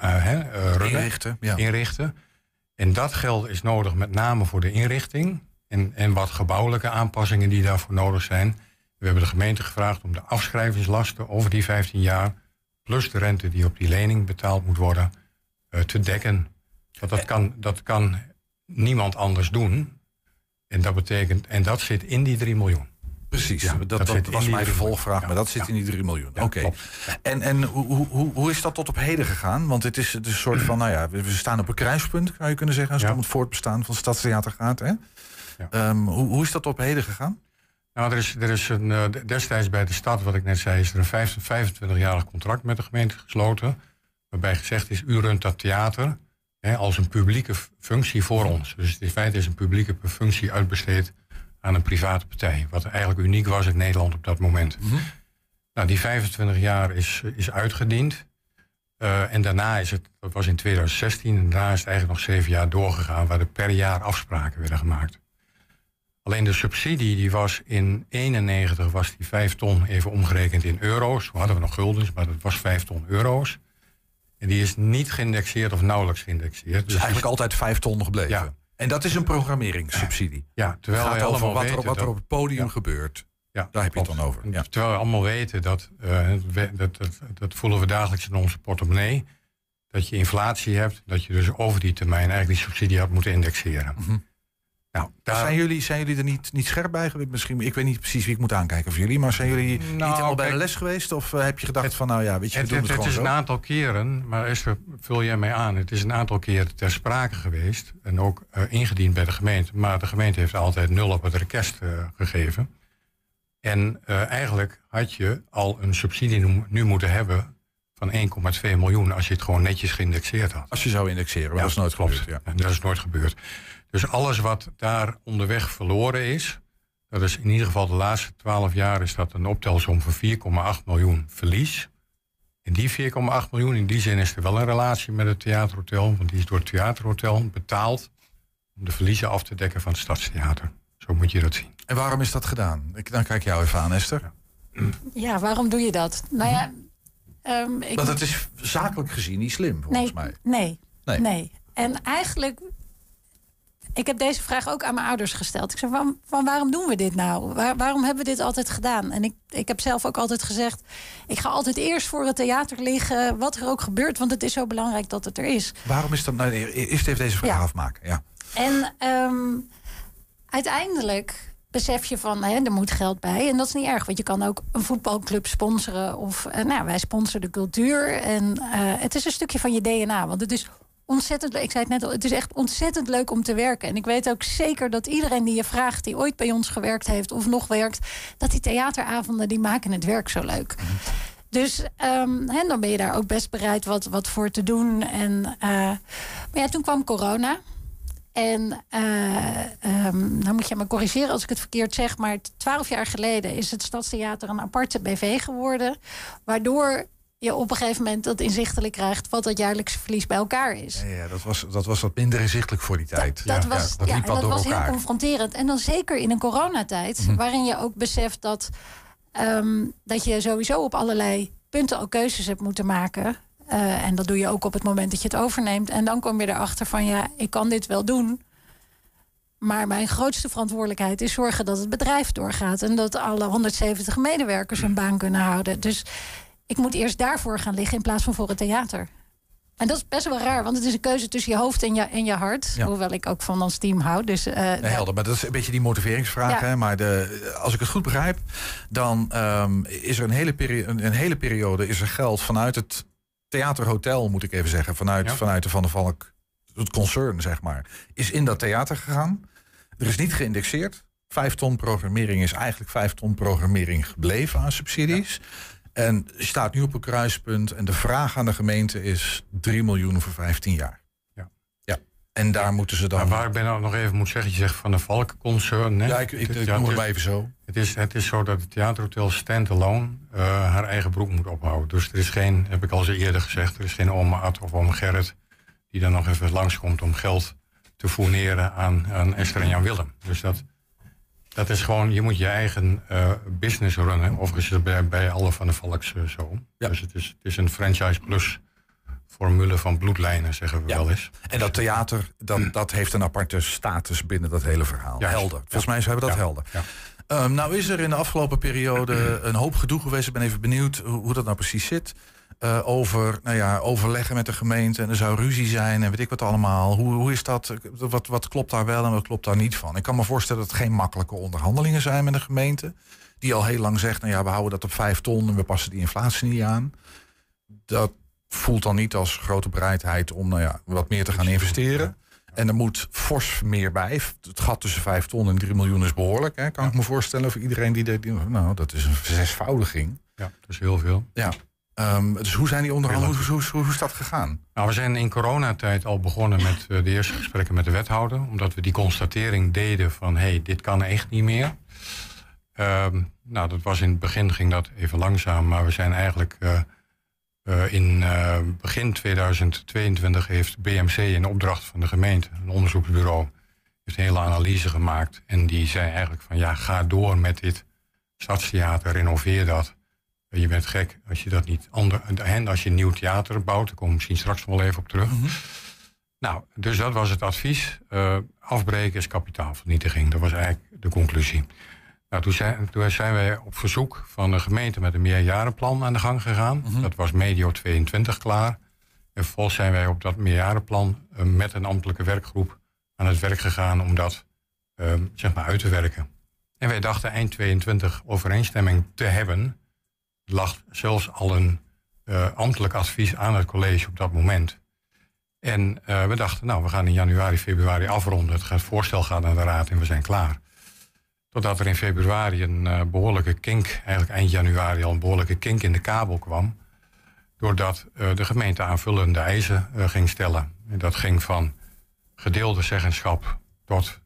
inrichten. En dat geld is nodig met name voor de inrichting en wat gebouwelijke aanpassingen die daarvoor nodig zijn. We hebben de gemeente gevraagd om de afschrijvingslasten over die 15 jaar... plus de rente die op die lening betaald moet worden, te dekken. Want dat kan niemand anders doen. En dat betekent, en dat zit in die 3 miljoen.
Precies, dat was mijn vervolgvraag, maar dat zit in die 3 miljoen.
Ja,
Oké. En hoe is dat tot op heden gegaan? Want het is een soort van, we staan op een kruispunt, zou je kunnen zeggen, als het om het voortbestaan van het Stadstheater gaat. Hè? Ja. Hoe is dat tot op heden gegaan?
Nou, er is destijds bij de stad, wat ik net zei, is er een 25-jarig contract met de gemeente gesloten. Waarbij gezegd is, u runt dat theater als een publieke functie voor ons. Dus in feite is een publieke functie uitbesteed aan een private partij. Wat eigenlijk uniek was in Nederland op dat moment. Nou, die 25 jaar is uitgediend. En daarna dat was in 2016, en daarna is het eigenlijk nog 7 jaar doorgegaan, waar er per jaar afspraken werden gemaakt. Alleen de subsidie, die was in 91 was die 5 ton, even omgerekend in euro's. We hadden we nog guldens, maar dat was 5 ton euro's. En die is niet geïndexeerd of nauwelijks geïndexeerd.
Dus eigenlijk altijd 5 ton gebleven. Ja. En dat is een programmeringssubsidie.
Ja, terwijl
het gaat over wat er op het podium
ja.
gebeurt.
Ja,
daar heb je het dan over. Ja.
Terwijl we allemaal weten, dat voelen we dagelijks in onze portemonnee, dat je inflatie hebt, dat je dus over die termijn eigenlijk die subsidie had moeten indexeren. Nou,
zijn jullie er niet scherp bij geweest? Misschien, ik weet niet precies wie ik moet aankijken voor jullie, maar zijn jullie niet al bij de les geweest? Of heb je gedacht van, weet je, we doen het gewoon
is
zo?
een aantal keren, maar Esther, vul jij mij aan, het is een aantal keren ter sprake geweest en ook ingediend bij de gemeente. Maar de gemeente heeft altijd 0 op het rekest gegeven. En eigenlijk had je al een subsidie nu moeten hebben van 1,2 miljoen als je het gewoon netjes geïndexeerd had.
Als je zou indexeren, maar dat is nooit gebeurd. Ja.
En dat is nooit gebeurd. Dus alles wat daar onderweg verloren is, dat is in ieder geval de laatste 12 jaar is dat een optelsom van 4,8 miljoen verlies. En die 4,8 miljoen, in die zin is er wel een relatie met het theaterhotel, want die is door het theaterhotel betaald om de verliezen af te dekken van het Stadstheater. Zo moet je dat zien.
En waarom is dat gedaan? Dan kijk jou even aan, Esther.
Ja, waarom doe je dat? Nou ja,
want het is zakelijk gezien niet slim, volgens mij.
Nee. En eigenlijk, ik heb deze vraag ook aan mijn ouders gesteld. Ik zei, waarom doen we dit nou? Waarom hebben we dit altijd gedaan? En ik heb zelf ook altijd gezegd, ik ga altijd eerst voor het theater liggen, wat er ook gebeurt, want het is zo belangrijk dat het er is.
Waarom is dat nou? Eerst even deze vraag afmaken. Ja.
En uiteindelijk besef je van, er moet geld bij. En dat is niet erg, want je kan ook een voetbalclub sponsoren. Of wij sponsoren de cultuur. En het is een stukje van je DNA. Want het is ontzettend leuk. Ik zei het net al, het is echt ontzettend leuk om te werken. En ik weet ook zeker dat iedereen die je vraagt, die ooit bij ons gewerkt heeft of nog werkt, dat die theateravonden, die maken het werk zo leuk. Dus dan ben je daar ook best bereid wat voor te doen. En, maar ja, toen kwam corona. En dan moet je me corrigeren als ik het verkeerd zeg, maar 12 jaar geleden is het Stadstheater een aparte BV geworden, waardoor je op een gegeven moment dat inzichtelijk krijgt wat dat jaarlijkse verlies bij elkaar is.
Ja, dat was wat minder inzichtelijk voor die tijd.
Dat was heel confronterend. En dan zeker in een coronatijd, waarin je ook beseft dat je sowieso op allerlei punten al keuzes hebt moeten maken. En dat doe je ook op het moment dat je het overneemt. En dan kom je erachter van, ik kan dit wel doen. Maar mijn grootste verantwoordelijkheid is zorgen dat het bedrijf doorgaat. En dat alle 170 medewerkers hun baan kunnen houden. Dus ik moet eerst daarvoor gaan liggen in plaats van voor het theater. En dat is best wel raar, want het is een keuze tussen je hoofd en je hart. Ja. Hoewel ik ook van ons team hou. Dus,
helder, maar dat is een beetje die motiveringsvraag. Ja. Hè? Maar als ik het goed begrijp, dan is er een hele periode is er geld vanuit het theaterhotel, moet ik even zeggen. Vanuit de Van der Valk, het concern, zeg maar, is in dat theater gegaan. Er is niet geïndexeerd. 5 ton programmering is eigenlijk 5 ton programmering gebleven aan subsidies. Ja. En je staat nu op een kruispunt en de vraag aan de gemeente is 3 miljoen voor 15 jaar.
Ja.
En daar moeten ze dan...
Waar ik ben nog even moet zeggen, je zegt van de Valkenconcern.
Ja, ik noem het maar even zo.
Het is zo dat het theaterhotel stand-alone haar eigen broek moet ophouden. Dus er is geen, heb ik al eens eerder gezegd, er is geen oma Ad of oom Gerrit die dan nog even langskomt om geld te fourneren aan Esther en Jan Willem. Dus dat is gewoon, je moet je eigen business runnen. Overigens is het bij alle Van der Valks zo. Ja. Dus het is een franchise plus formule van bloedlijnen, zeggen we wel eens.
En dat theater, dat heeft een aparte status binnen dat hele verhaal. Juist. Helder. Volgens mij hebben we dat helder. Ja. Nou is er in de afgelopen periode een hoop gedoe geweest. Ik ben even benieuwd hoe dat nou precies zit. Over overleggen met de gemeente en er zou ruzie zijn en weet ik wat allemaal. Hoe is dat? Wat klopt daar wel en wat klopt daar niet van? Ik kan me voorstellen dat het geen makkelijke onderhandelingen zijn met de gemeente. Die al heel lang zegt, we houden dat op 5 ton en we passen die inflatie niet aan. Dat voelt dan niet als grote bereidheid om wat meer te gaan investeren. En er moet fors meer bij. Het gat tussen 5 ton en 3 miljoen is behoorlijk. Hè? Kan ik me voorstellen voor iedereen die dat is een zesvoudiging.
Ja, dat is heel veel.
Ja. Dus hoe zijn die onderhandelingen? Hoe is dat gegaan?
Nou, we zijn in coronatijd al begonnen met de eerste gesprekken met de wethouder. Omdat we die constatering deden van, dit kan echt niet meer. Dat was in het begin, ging dat even langzaam. Maar we zijn eigenlijk in begin 2022 heeft BMC in opdracht van de gemeente, een onderzoeksbureau, heeft een hele analyse gemaakt. En die zei eigenlijk van, ga door met dit stadstheater, renoveer dat. Je bent gek als je dat niet als je een nieuw theater bouwt. Daar komen we misschien straks nog wel even op terug. Mm-hmm. Nou, dus dat was het advies. Afbreken is kapitaalvernietiging. Dat was eigenlijk de conclusie. Nou, toen zijn wij op verzoek van de gemeente met een meerjarenplan aan de gang gegaan. Mm-hmm. Dat was medio 22 klaar. En vervolgens zijn wij op dat meerjarenplan met een ambtelijke werkgroep aan het werk gegaan om dat uit te werken. En wij dachten eind 22 overeenstemming te hebben. Er lag zelfs al een ambtelijk advies aan het college op dat moment. En we dachten, we gaan in januari, februari afronden. Het voorstel gaat naar de raad en we zijn klaar. Totdat er in februari een behoorlijke kink, eigenlijk eind januari al een behoorlijke kink in de kabel kwam. Doordat de gemeente aanvullende eisen ging stellen. En dat ging van gedeelde zeggenschap tot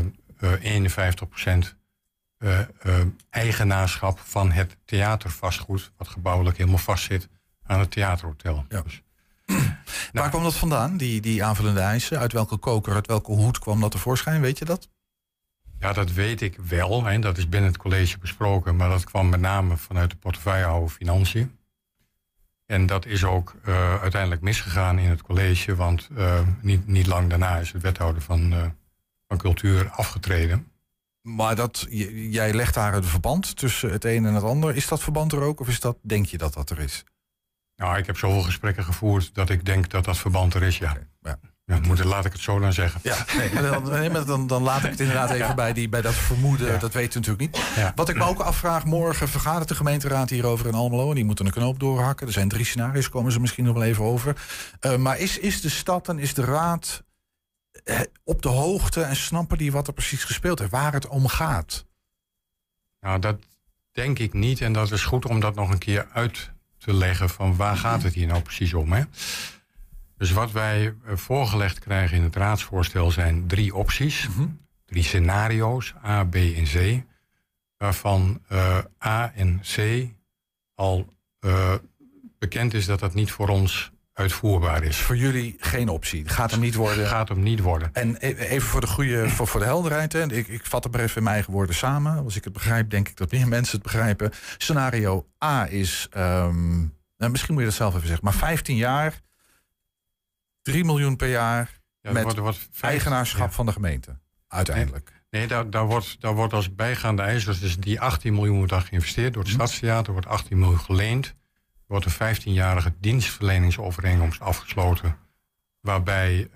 51% eigenaarschap van het theatervastgoed, wat gebouwelijk helemaal vastzit aan het theaterhotel. Ja. Dus,
waar kwam dat vandaan, die aanvullende eisen? Uit welke koker, uit welke hoed kwam dat tevoorschijn? Weet je dat?
Ja, dat weet ik wel. Hè. Dat is binnen het college besproken. Maar dat kwam met name vanuit de portefeuillehouder Financiën. En dat is ook uiteindelijk misgegaan in het college. Want niet lang daarna is de wethouder van cultuur afgetreden.
Maar jij legt daar het verband tussen het een en het ander. Is dat verband er ook? Of denk je dat er is?
Nou, ik heb zoveel gesprekken gevoerd dat ik denk dat verband er is, ja. Okay, ja. Laat ik het zo dan zeggen.
Ja, dan laat ik het inderdaad even bij dat vermoeden. Ja. Dat weten we natuurlijk niet. Ja. Wat ik me ook afvraag, morgen vergadert de gemeenteraad hierover in Almelo. En die moeten een knoop doorhakken. Er zijn 3 scenario's, komen ze misschien nog wel even over. Maar is de stad en is de raad op de hoogte en snappen die wat er precies gespeeld heeft? Waar het om gaat?
Nou, dat denk ik niet. En dat is goed om dat nog een keer uit te leggen van waar gaat het hier nou precies om, hè? Dus wat wij voorgelegd krijgen in het raadsvoorstel zijn 3 opties. 3 scenario's, A, B en C. Waarvan A en C al bekend is dat dat niet voor ons uitvoerbaar is.
Voor jullie geen optie? Gaat hem niet worden?
Gaat hem niet worden.
En even voor de helderheid. Hè. Ik vat het maar even in mijn eigen woorden samen. Als ik het begrijp, denk ik dat meer mensen het begrijpen. Scenario A is, misschien moet je dat zelf even zeggen, maar 15 jaar... 3 miljoen per jaar met eigenaarschap van de gemeente, uiteindelijk.
Nee, daar wordt als bijgaande eis, dus die 18 miljoen wordt dan geïnvesteerd door het Stadstheater, wordt 18 miljoen geleend. Er wordt een 15-jarige dienstverleningsovereenkomst afgesloten, waarbij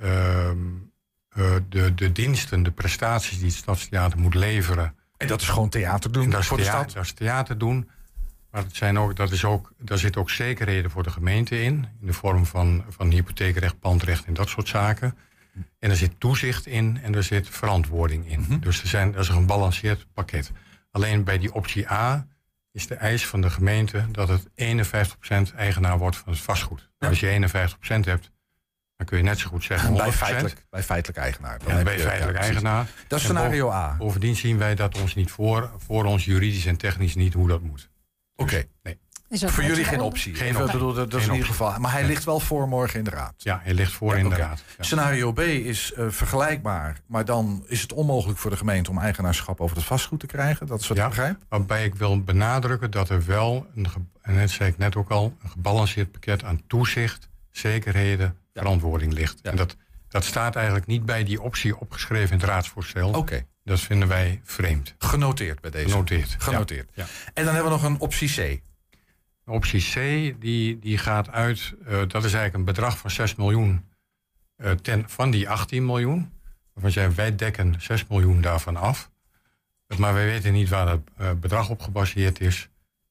de diensten, de prestaties die het Stadstheater moet leveren.
En dat is gewoon theater doen voor de stad?
Dat is theater doen. Maar daar zitten ook zekerheden voor de gemeente in de vorm van hypotheekrecht, pandrecht en dat soort zaken. En er zit toezicht in en er zit verantwoording in. Mm-hmm. Dus dat is een gebalanceerd pakket. Alleen bij die optie A is de eis van de gemeente dat het 51% eigenaar wordt van het vastgoed. Ja. Als je 51% hebt, Dan kun je net zo goed zeggen 100%.
Bij feitelijk eigenaar.
Dan ben je feitelijk eigenaar.
Dat is scenario A.
Bovendien zien wij dat ons niet voor ons juridisch en technisch niet hoe dat moet.
Oké.
Nee.
Voor jullie geen optie. Dat is in ieder geval. Maar hij ligt wel voor morgen in de raad.
Ja, hij ligt voor in de raad.
Ja. Scenario B is vergelijkbaar. Maar dan is het onmogelijk voor de gemeente om eigenaarschap over het vastgoed te krijgen. Dat is wat ik begrijp.
Waarbij ik wil benadrukken dat er wel, en dat zei ik net ook al, een gebalanceerd pakket aan toezicht, zekerheden, verantwoording ligt. Ja. En dat staat eigenlijk niet bij die optie opgeschreven in het raadsvoorstel.
Oké.
Dat vinden wij vreemd.
Genoteerd bij deze. Genoteerd. Ja. En dan hebben we nog een optie C.
Optie C, die gaat uit, dat is eigenlijk een bedrag van 6 miljoen van die 18 miljoen. Waarvan wij dekken 6 miljoen daarvan af. Maar wij weten niet waar dat bedrag op gebaseerd is.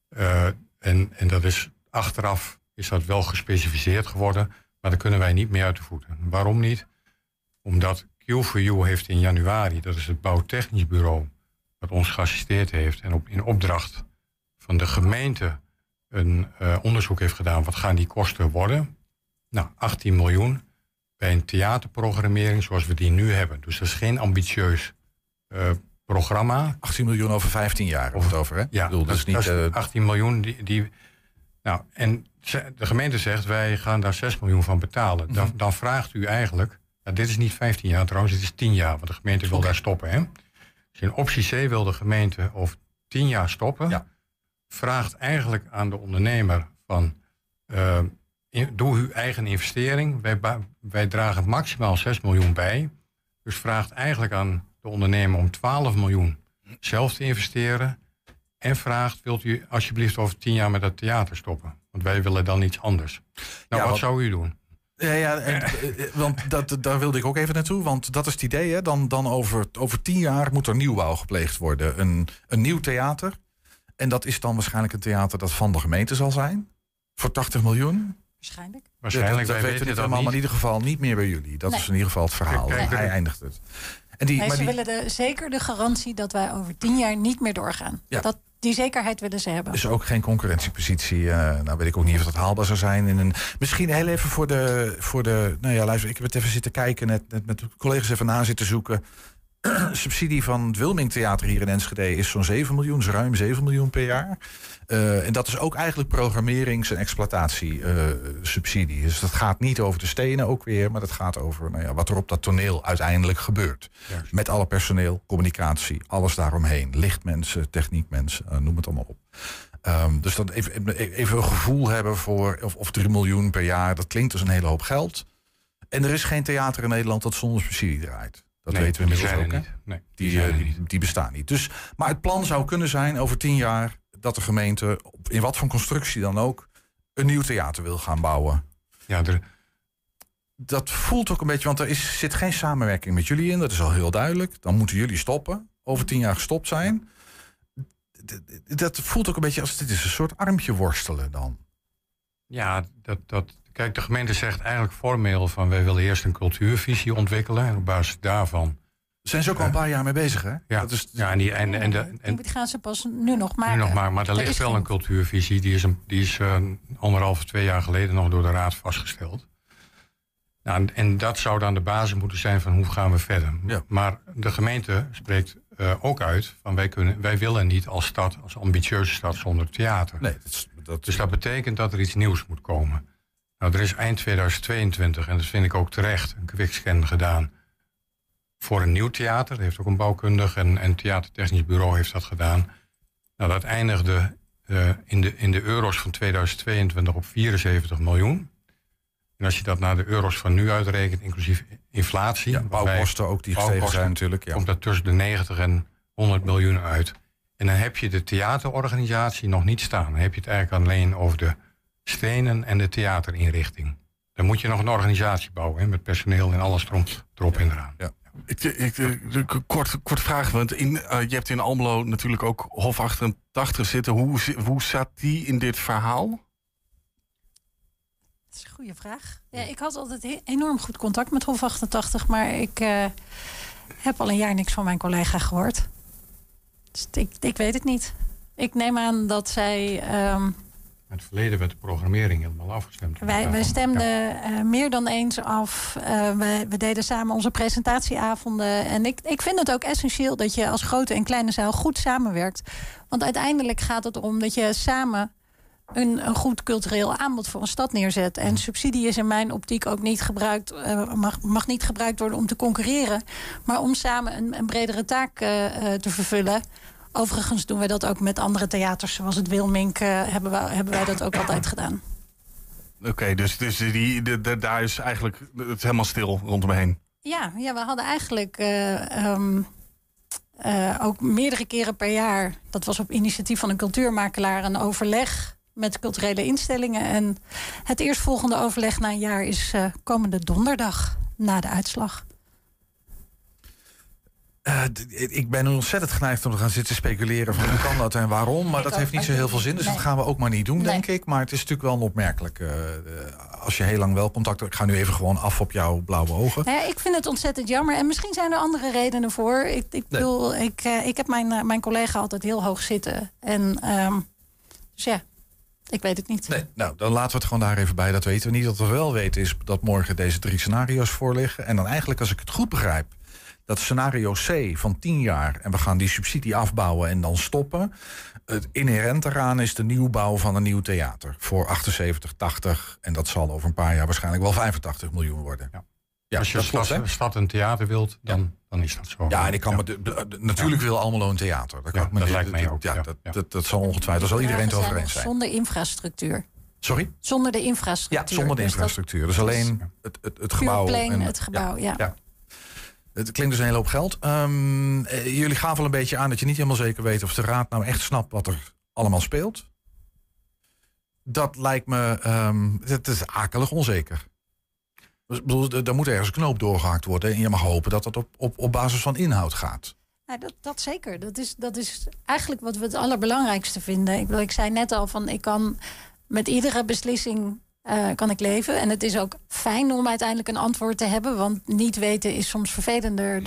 En dat is achteraf is dat wel gespecificeerd geworden. Maar daar kunnen wij niet meer uit de voeten. Waarom niet? Omdat Q4U heeft in januari, dat is het bouwtechnisch bureau, dat ons geassisteerd heeft en in opdracht van de gemeente een onderzoek heeft gedaan. Wat gaan die kosten worden? Nou, 18 miljoen bij een theaterprogrammering zoals we die nu hebben. Dus dat is geen ambitieus programma.
18 miljoen over 15 jaar of het over, hè?
Ja,
bedoel,
dat is niet 18 miljoen die nou, en de gemeente zegt, wij gaan daar 6 miljoen van betalen. Dan vraagt u eigenlijk, dit is niet 15 jaar trouwens, het is 10 jaar, want de gemeente wil daar stoppen. Hè? Dus in optie C wil de gemeente over 10 jaar stoppen. Vraagt eigenlijk aan de ondernemer van, doe uw eigen investering. Wij dragen maximaal 6 miljoen bij. Dus vraagt eigenlijk aan de ondernemer om 12 miljoen zelf te investeren. En vraagt, wilt u alsjeblieft over 10 jaar met dat theater stoppen? Want wij willen dan iets anders. Nou, wat zou u doen?
Want daar wilde ik ook even naartoe. Want dat is het idee. Hè? Dan over 10 jaar moet er nieuwbouw gepleegd worden. Een nieuw theater. En dat is dan waarschijnlijk een theater dat van de gemeente zal zijn. Voor 80 miljoen.
Waarschijnlijk.
Dat weten we allemaal, maar in ieder geval niet meer bij jullie. Dat is in ieder geval het verhaal. Hij eindigt het. En
ze willen zeker de garantie dat wij over 10 jaar niet meer doorgaan. Ja. Die zekerheid willen ze hebben.
Dus ook geen concurrentiepositie. Nou weet ik ook niet of dat haalbaar zou zijn. Misschien heel even voor de nou ja, luister, ik heb het even zitten kijken, net met de collega's even na zitten zoeken. Subsidie van het Wilming Theater hier in Enschede is zo'n 7 miljoen, dus ruim 7 miljoen per jaar. En dat is ook eigenlijk programmerings- en exploitatiesubsidie. Dus dat gaat niet over de stenen ook weer, maar dat gaat over wat er op dat toneel uiteindelijk gebeurt. Juist. Met alle personeel, communicatie, alles daaromheen. Lichtmensen, techniekmensen, noem het allemaal op. Dus dan even een gevoel hebben voor of 3 miljoen per jaar, dat klinkt als een hele hoop geld. En er is geen theater in Nederland dat zonder subsidie draait. Dat weten we inmiddels ook. Die bestaan niet. Dus, maar het plan zou kunnen zijn over 10 jaar dat de gemeente, in wat voor constructie dan ook, een nieuw theater wil gaan bouwen.
Ja,
dat voelt ook een beetje, want zit geen samenwerking met jullie in. Dat is al heel duidelijk. Dan moeten jullie stoppen. Over 10 jaar gestopt zijn. Dat voelt ook een beetje als dit is een soort armpje worstelen dan.
Ja, kijk, de gemeente zegt eigenlijk formeel van wij willen eerst een cultuurvisie ontwikkelen. En op basis daarvan.
Zijn ze ook al een paar jaar mee bezig, hè?
Ja,
dat is,
die gaan ze pas nu nog maken.
Maar er ligt wel een cultuurvisie. Die is 1,5, 2 jaar geleden nog door de raad vastgesteld. Nou, en dat zou dan de basis moeten zijn van hoe gaan we verder. Ja. Maar de gemeente spreekt ook uit van wij willen niet als stad, als ambitieuze stad zonder theater.
Nee,
dus dat betekent dat er iets nieuws moet komen. Nou, er is eind 2022, en dat vind ik ook terecht, een kwikscan gedaan voor een nieuw theater. Dat heeft ook een bouwkundig en theatertechnisch bureau heeft dat gedaan. Nou, dat eindigde in de euro's van 2022 op 74 miljoen. En als je dat naar de euro's van nu uitrekent, inclusief inflatie.
Ja, bouwkosten ook die gestegen zijn natuurlijk. Ja.
Komt dat tussen de 90 en 100 miljoen uit. En dan heb je de theaterorganisatie nog niet staan. Dan heb je het eigenlijk alleen over de stenen en de theaterinrichting. Dan moet je nog een organisatie bouwen, hè, met personeel en alles erop en eraan.
Ja. Kort vraag, want je hebt in Almelo natuurlijk ook Hof 88 zitten. Hoe zat die in dit verhaal?
Dat is een goede vraag. Ja, ik had altijd enorm goed contact met Hof 88, maar ik heb al een jaar niks van mijn collega gehoord. Dus ik weet het niet. Ik neem aan dat zij
In het verleden werd de programmering helemaal afgestemd.
Wij stemden meer dan eens af. We deden samen onze presentatieavonden. En ik vind het ook essentieel dat je als grote en kleine zaal goed samenwerkt. Want uiteindelijk gaat het om dat je samen een goed cultureel aanbod voor een stad neerzet. En subsidie is in mijn optiek ook niet gebruikt, mag niet gebruikt worden om te concurreren, maar om samen een bredere taak te vervullen. Overigens doen wij dat ook met andere theaters, zoals het Wilmink, hebben wij dat ook altijd gedaan.
Oké, dus daar is eigenlijk het helemaal stil rondomheen.
Ja, we hadden eigenlijk ook meerdere keren per jaar, dat was op initiatief van een cultuurmakelaar, een overleg met culturele instellingen. En het eerstvolgende overleg na een jaar is komende donderdag na de uitslag.
Ik ben ontzettend geneigd om te gaan zitten speculeren van hoe kan dat en waarom. Maar dat heeft niet zo heel veel zin. Dus dat gaan we ook maar niet doen, denk ik. Maar het is natuurlijk wel opmerkelijk. Als je heel lang wel contact hebt. Ik ga nu even gewoon af op jouw blauwe ogen.
Nou ja, ik vind het ontzettend jammer. En misschien zijn er andere redenen voor. Ik heb mijn collega altijd heel hoog zitten. En dus ja, ik weet het niet.
Nee, nou, dan laten we het gewoon daar even bij. Dat weten we niet. Wat we wel weten is dat morgen deze 3 scenario's voorliggen. En dan eigenlijk, als ik het goed begrijp, dat scenario C van 10 jaar... en we gaan die subsidie afbouwen en dan stoppen. Het inherent eraan is de nieuwbouw van een nieuw theater. Voor 78, 80 en dat zal over een paar jaar waarschijnlijk wel 85 miljoen worden. Ja,
als je als stad een theater wilt, dan is dat zo.
Ja, en ik kan natuurlijk wil Almelo een theater.
Dat lijkt mij ook.
Dat zal ongetwijfeld, daar zal iedereen het over eens zijn.
Zonder infrastructuur.
Sorry?
Zonder de infrastructuur.
Ja, zonder de infrastructuur. Dus alleen het gebouw.
Het gebouw, ja.
Het klinkt dus een hele hoop geld. Jullie gaven wel een beetje aan dat je niet helemaal zeker weet of de raad nou echt snapt wat er allemaal speelt. Dat lijkt me, het is akelig onzeker. Dus, er moet ergens een knoop doorgehakt worden en je mag hopen dat dat op basis van inhoud gaat.
Nou, dat zeker. Dat is eigenlijk wat we het allerbelangrijkste vinden. Ik zei net al van ik kan met iedere beslissing kan ik leven. En het is ook fijn om uiteindelijk een antwoord te hebben. Want niet weten is soms vervelender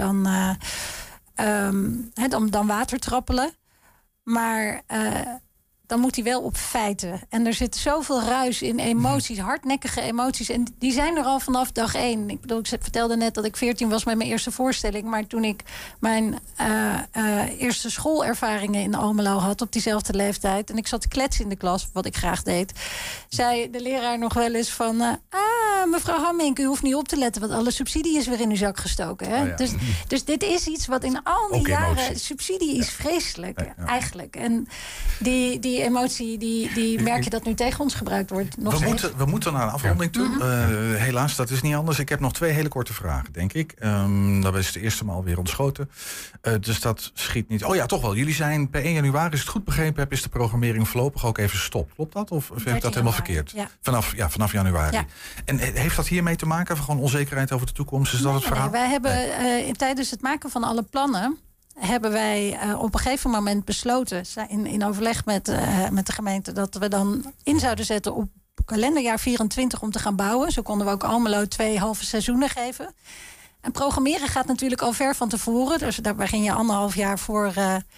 dan water trappelen. Maar dan moet hij wel op feiten. En er zit zoveel ruis in emoties, hardnekkige emoties. En die zijn er al vanaf dag 1. Ik bedoel, ik vertelde net dat ik 14 was met mijn eerste voorstelling. Maar toen ik mijn eerste schoolervaringen in Almelo had op diezelfde leeftijd. En ik zat te kletsen in de klas, wat ik graag deed. Zei de leraar nog wel eens van mevrouw Hammink, u hoeft niet op te letten, want alle subsidie is weer in uw zak gestoken. Hè? Oh ja. Dus dit is iets wat in al die jaren... Subsidie is vreselijk, eigenlijk. En die emotie, die merk je dat nu tegen ons gebruikt wordt.
We moeten naar een afronding toe. Helaas, dat is niet anders. Ik heb nog 2 hele korte vragen, denk ik. Dat is de eerste maal weer ontschoten. Dus dat schiet niet... Oh ja, toch wel. Jullie zijn per 1 januari, als ik het goed begrepen heb, is de programmering voorlopig ook even gestopt. Klopt dat? Of heb ik dat helemaal verkeerd? Ja. Vanaf januari. Ja. En heeft dat hiermee te maken? Of gewoon onzekerheid over de toekomst? Is dat het verhaal?
Wij hebben tijdens het maken van alle plannen hebben wij op een gegeven moment besloten, in overleg met de gemeente, dat we dan in zouden zetten op kalenderjaar 24 om te gaan bouwen. Zo konden we ook Almelo 2 halve seizoenen geven. En programmeren gaat natuurlijk al ver van tevoren. Dus daar begin je 1,5 jaar voor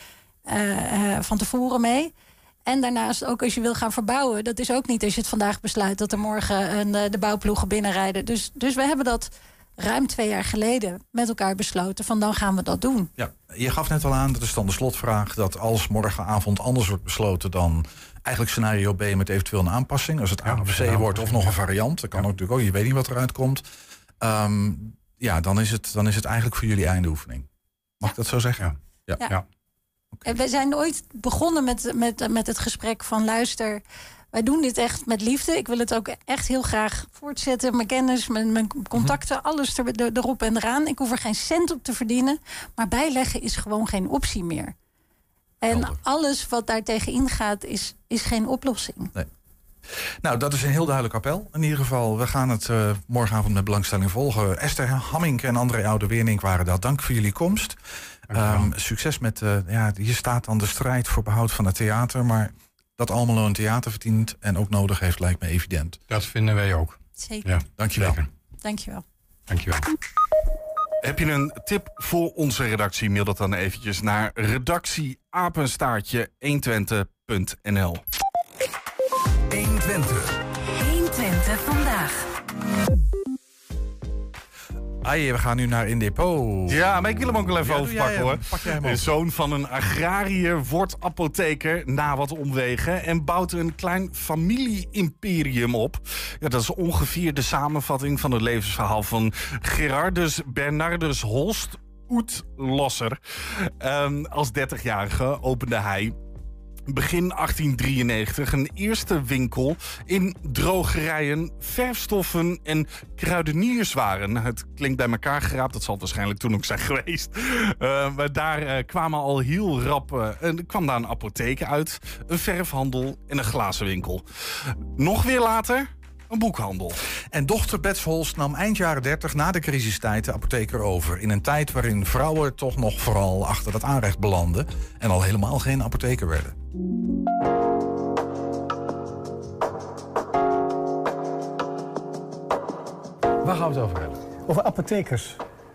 van tevoren mee. En daarnaast ook als je wil gaan verbouwen, dat is ook niet als je het vandaag besluit dat er morgen de bouwploegen binnenrijden. Dus we hebben dat ruim 2 jaar geleden met elkaar besloten van dan gaan we dat doen.
Ja, je gaf net al aan, dat is dan de slotvraag, dat als morgenavond anders wordt besloten dan eigenlijk scenario B met eventueel een aanpassing, als het A of C wordt of nog een variant, dat kan natuurlijk ook, je weet niet wat eruit komt. Dan is het eigenlijk voor jullie eindoefening. Mag ik dat zo zeggen?
Ja. Okay. We zijn ooit begonnen met het gesprek van luister, wij doen dit echt met liefde. Ik wil het ook echt heel graag voortzetten. Mijn kennis, mijn contacten, alles erop en eraan. Ik hoef er geen cent op te verdienen. Maar bijleggen is gewoon geen optie meer. En alles wat daar tegen ingaat is geen oplossing. Nee.
Nou, dat is een heel duidelijk appel. In ieder geval, we gaan het morgenavond met belangstelling volgen. Esther Hammink en André Oude-Wernink waren dat. Dank voor jullie komst. Succes met, hier staat dan de strijd voor behoud van het theater. Maar dat Almelo een theater verdient en ook nodig heeft, lijkt me evident.
Dat vinden wij ook.
Zeker.
Ja,
dankjewel.
Dankjewel.
Dankjewel.
Heb je een tip voor onze redactie? Mail dat dan eventjes naar redactie@120.nl.
120.
120 vandaag.
We gaan nu naar In Depot.
Ja, maar ik wil hem ook wel even overpakken, hoor.
Pak jij hem
De
op.
zoon van een agrariër wordt apotheker na wat omwegen en bouwt een klein familie-imperium op. Ja, dat is ongeveer de samenvatting van het levensverhaal van Gerardus Bernardus Holst Uitlosser. Als 30-jarige opende hij begin 1893 een eerste winkel in drogerijen, verfstoffen en kruidenierswaren. Het klinkt bij elkaar geraapt, dat zal waarschijnlijk toen ook zijn geweest. Maar daar kwamen al heel rap kwam daar een apotheek uit, een verfhandel en een glazenwinkel. Nog weer later een boekhandel.
En dochter Bets Holst nam eind jaren 30 na de crisistijd de apotheker over. In een tijd waarin vrouwen toch nog vooral achter het aanrecht belanden en al helemaal geen apotheker werden.
Waar gaan we het over hebben?
Over apothekers.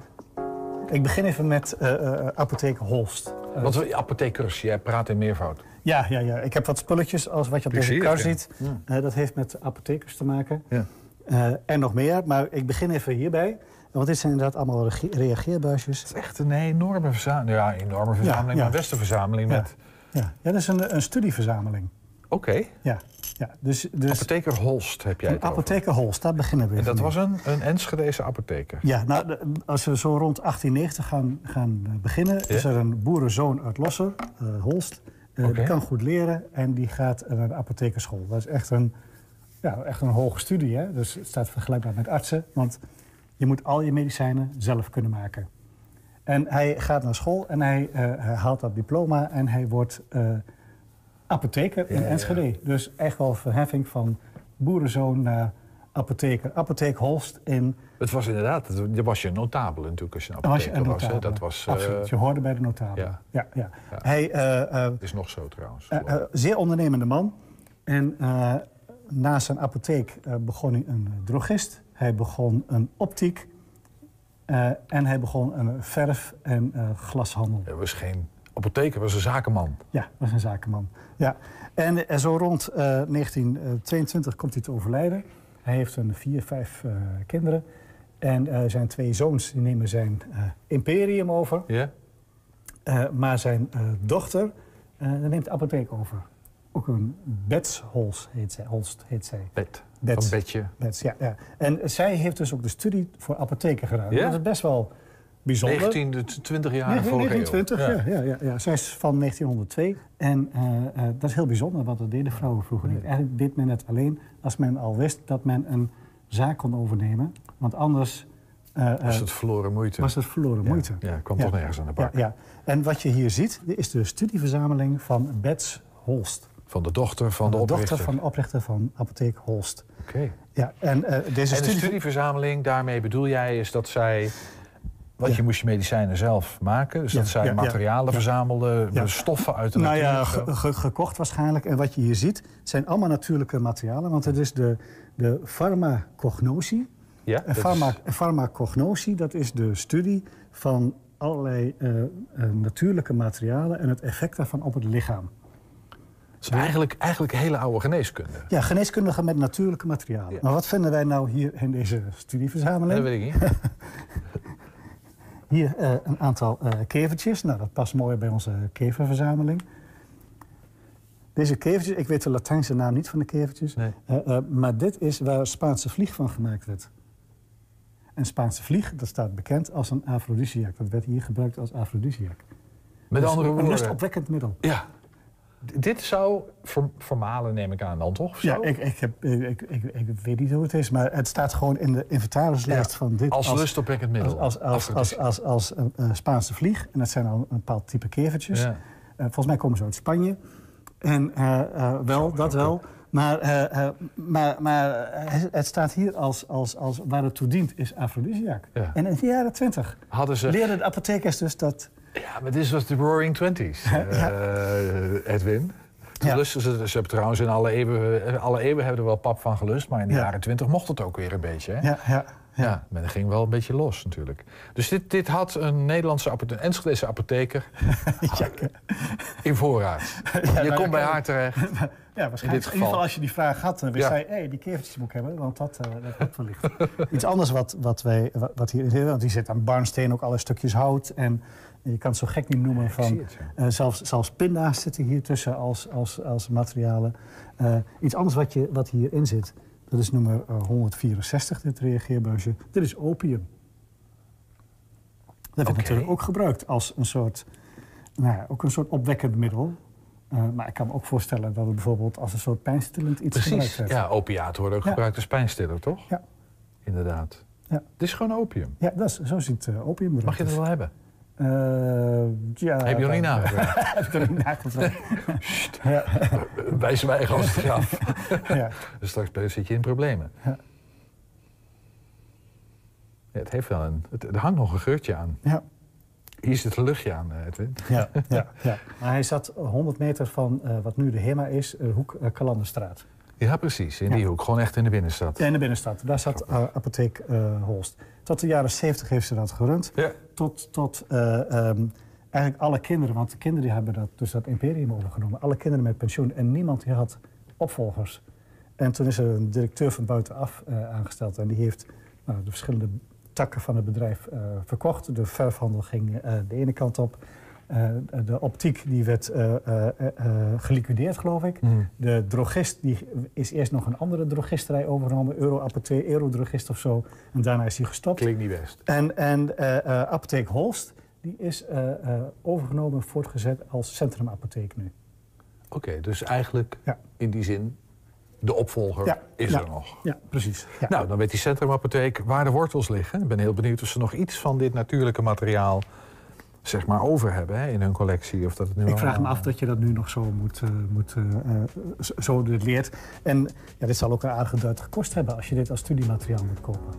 Ik begin even met apotheker Holst.
Want apothekers, jij praat in meervoud.
Ja. Ik heb wat spulletjes als wat je op deze kar ziet. Dat heeft met apothekers te maken. Ja. En nog meer, maar ik begin even hierbij. Want dit zijn inderdaad allemaal reageerbuisjes.
Het is echt een enorme verzameling. Ja, enorme verzameling, maar best een verzameling met...
Ja, dat is een studieverzameling.
Oké.
Ja. Dus
apotheker Holst heb jij het over.
Apotheker Holst, daar beginnen we.
En dat was een Enschedese apotheker?
Ja, nou, als we zo rond 1890 gaan beginnen... is er een boerenzoon uit Losser, Holst. Die kan goed leren en die gaat naar de apothekerschool. Dat is echt een hoge studie, hè? Dus het staat vergelijkbaar met artsen. Want je moet al je medicijnen zelf kunnen maken. En hij gaat naar school en hij haalt dat diploma en hij wordt apotheker in Enschede. Ja. Dus echt wel verheffing van boerenzoon naar apotheker. Apotheek Holst in...
Het was inderdaad, je was je notabele natuurlijk als je een apotheker was. Hè? Dat was
absoluut, je hoorde bij de notabele. Ja. Hij,
het is nog zo trouwens.
Zeer ondernemende man. En naast zijn apotheek begon hij een drogist. Hij begon een optiek. En hij begon een verf- en glashandel.
Hij was geen apotheker, was een zakenman.
Ja, was een zakenman. Ja. En zo rond 1922 komt hij te overlijden. Hij heeft 4-5 kinderen. En zijn 2 zoons die nemen zijn imperium over.
Ja.
Maar zijn dochter neemt de apotheek over. Ook een Bets Holst heet zij.
Van Betje.
Bets, ja. En zij heeft dus ook de studie voor apotheker gedaan.
Ja?
Dat is best wel bijzonder.
20 jaar vorige
1920, ja. Zij is van 1902. En dat is heel bijzonder, want dat deden vrouwen vroeger niet. Eigenlijk deed men het alleen als men al wist dat men een zaak kon overnemen. Want anders...
was het verloren moeite.
Ja,
kwam toch nergens aan de bak.
Ja. En wat je hier ziet, is de studieverzameling van Bets Holst.
Van de dochter van de oprichter?
Dochter van de oprichter van apotheek Holst.
Oké.
Ja, en de
studieverzameling, daarmee bedoel jij is dat zij... Want je moest je medicijnen zelf maken. Dus dat zij materialen verzamelde, stoffen uit de natuur.
Nou ja, gekocht waarschijnlijk. En wat je hier ziet, zijn allemaal natuurlijke materialen. Want het is de farmacognosie.
Ja,
farmacognosie, dat is de studie van allerlei natuurlijke materialen... en het effect daarvan op het lichaam.
Het is eigenlijk hele oude geneeskunde.
Ja, geneeskundige met natuurlijke materialen. Ja. Maar wat vinden wij nou hier in deze studieverzameling?
Dat weet ik niet.
Hier een aantal kevertjes. Nou, dat past mooi bij onze keververzameling. Deze kevertjes, ik weet de Latijnse naam niet van de kevertjes. Nee. Maar dit is waar Spaanse vlieg van gemaakt werd. En Spaanse vlieg, dat staat bekend als een afrodisiac. Dat werd hier gebruikt als afrodisiac.
Met andere woorden...
Een lustopwekkend middel.
Ja. Dit zou vermalen, neem ik aan dan, toch? Zo?
Ja, ik weet niet hoe het is, maar het staat gewoon in de inventarislijst van dit.
Als lustopwekkend middel.
Als Spaanse vlieg. En dat zijn al een bepaald type kevertjes. Ja. Volgens mij komen ze uit Spanje. En wel. Maar het staat hier als waar het toe dient, is afrodisiac. Ja. En in de jaren 20 leerden de apothekers dus dat...
Ja, maar dit was de Roaring Twenties, Edwin. Toen lusten ze hebben trouwens in alle eeuwen hebben er wel pap van gelust, maar in de jaren 20 mocht het ook weer een beetje. Hè?
Ja.
Ja, maar dat ging wel een beetje los natuurlijk. Dus dit had een Nederlandse Enschedese apotheker in voorraad. Je komt bij haar terecht.
Ja, waarschijnlijk. In ieder geval als je die vraag had, dan zei je, die kevertjes moet ik hebben, want dat wordt wellicht. Iets anders wat hier is, want die zit aan barnsteen ook alle stukjes hout. En je kan het zo gek niet noemen van. Zelfs pinda's zitten hier tussen als materialen. Iets anders wat hierin zit. Dat is nummer 164, dit reageerbuisje. Dit is opium. Dat werd natuurlijk ook gebruikt als een soort, ook een soort opwekkend middel. Maar ik kan me ook voorstellen dat het bijvoorbeeld als een soort pijnstillend iets gebruikt werd.
Ja, opiaten worden ook gebruikt als pijnstiller, toch? Ja. Inderdaad. Ja. Het is gewoon opium.
Ja, zo ziet opium eruit.
Mag je dat wel hebben?
Heb
je nog niet nagevraagd?
Heb ik nog niet nagevraagd.
Wij zwijgen als het graf. Dus straks zit je in problemen. Ja. Ja, het heeft wel er hangt nog een geurtje aan. Ja. Hier zit een luchtje aan, Edwin. Ja. Maar hij zat 100 meter van wat nu de HEMA is, hoek Calanderstraat. Ja, precies. In die hoek. Gewoon echt in de binnenstad. Ja, in de binnenstad. Daar zat apotheek Holst. Tot de jaren 70 heeft ze dat gerund. Ja. Tot eigenlijk alle kinderen, want de kinderen die hebben dat imperium overgenomen. Alle kinderen met pensioen en niemand die had opvolgers. En toen is er een directeur van buitenaf aangesteld. En die heeft de verschillende takken van het bedrijf verkocht. De verfhandel ging de ene kant op. De optiek die werd geliquideerd, geloof ik. De drogist die is eerst nog een andere drogisterij overgenomen. Eurodrogist of zo. En daarna is hij gestopt. Klinkt niet best.
En apotheek Holst die is overgenomen, voortgezet als centrumapotheek nu.
Oké, dus eigenlijk in die zin, de opvolger is er nog.
Ja, precies. Ja.
Nou, dan weet die centrumapotheek waar de wortels liggen. Ik ben heel benieuwd of ze nog iets van dit natuurlijke materiaal zeg maar over hebben in hun collectie. Of dat het nu
ik vraag me af dat je dat nu nog zo zo leert. En dit zal ook een aardige duit gekost hebben als je dit als studiemateriaal moet kopen.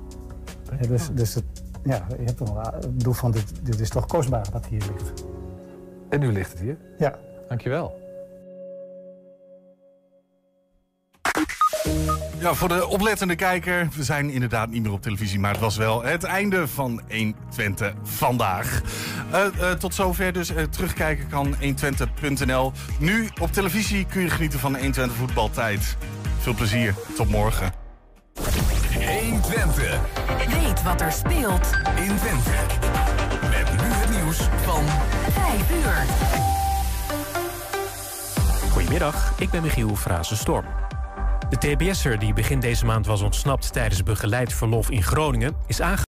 Je hebt wel een bedoel van dit is toch kostbaar wat hier ligt.
En nu ligt het hier?
Ja.
Dankjewel.
Ja, voor de oplettende kijker, we zijn inderdaad niet meer op televisie, maar het was wel het einde van 120 vandaag. Tot zover dus terugkijken kan 120.nl. Nu op televisie kun je genieten van 120 voetbaltijd. Veel plezier, tot morgen.
120. Weet wat er speelt in Twente. Met nu het nieuws van 5 uur.
Goedemiddag, ik ben Michiel Frazen-Storm. De TBS'er die begin deze maand was ontsnapt tijdens begeleid verlof in Groningen is aangehouden.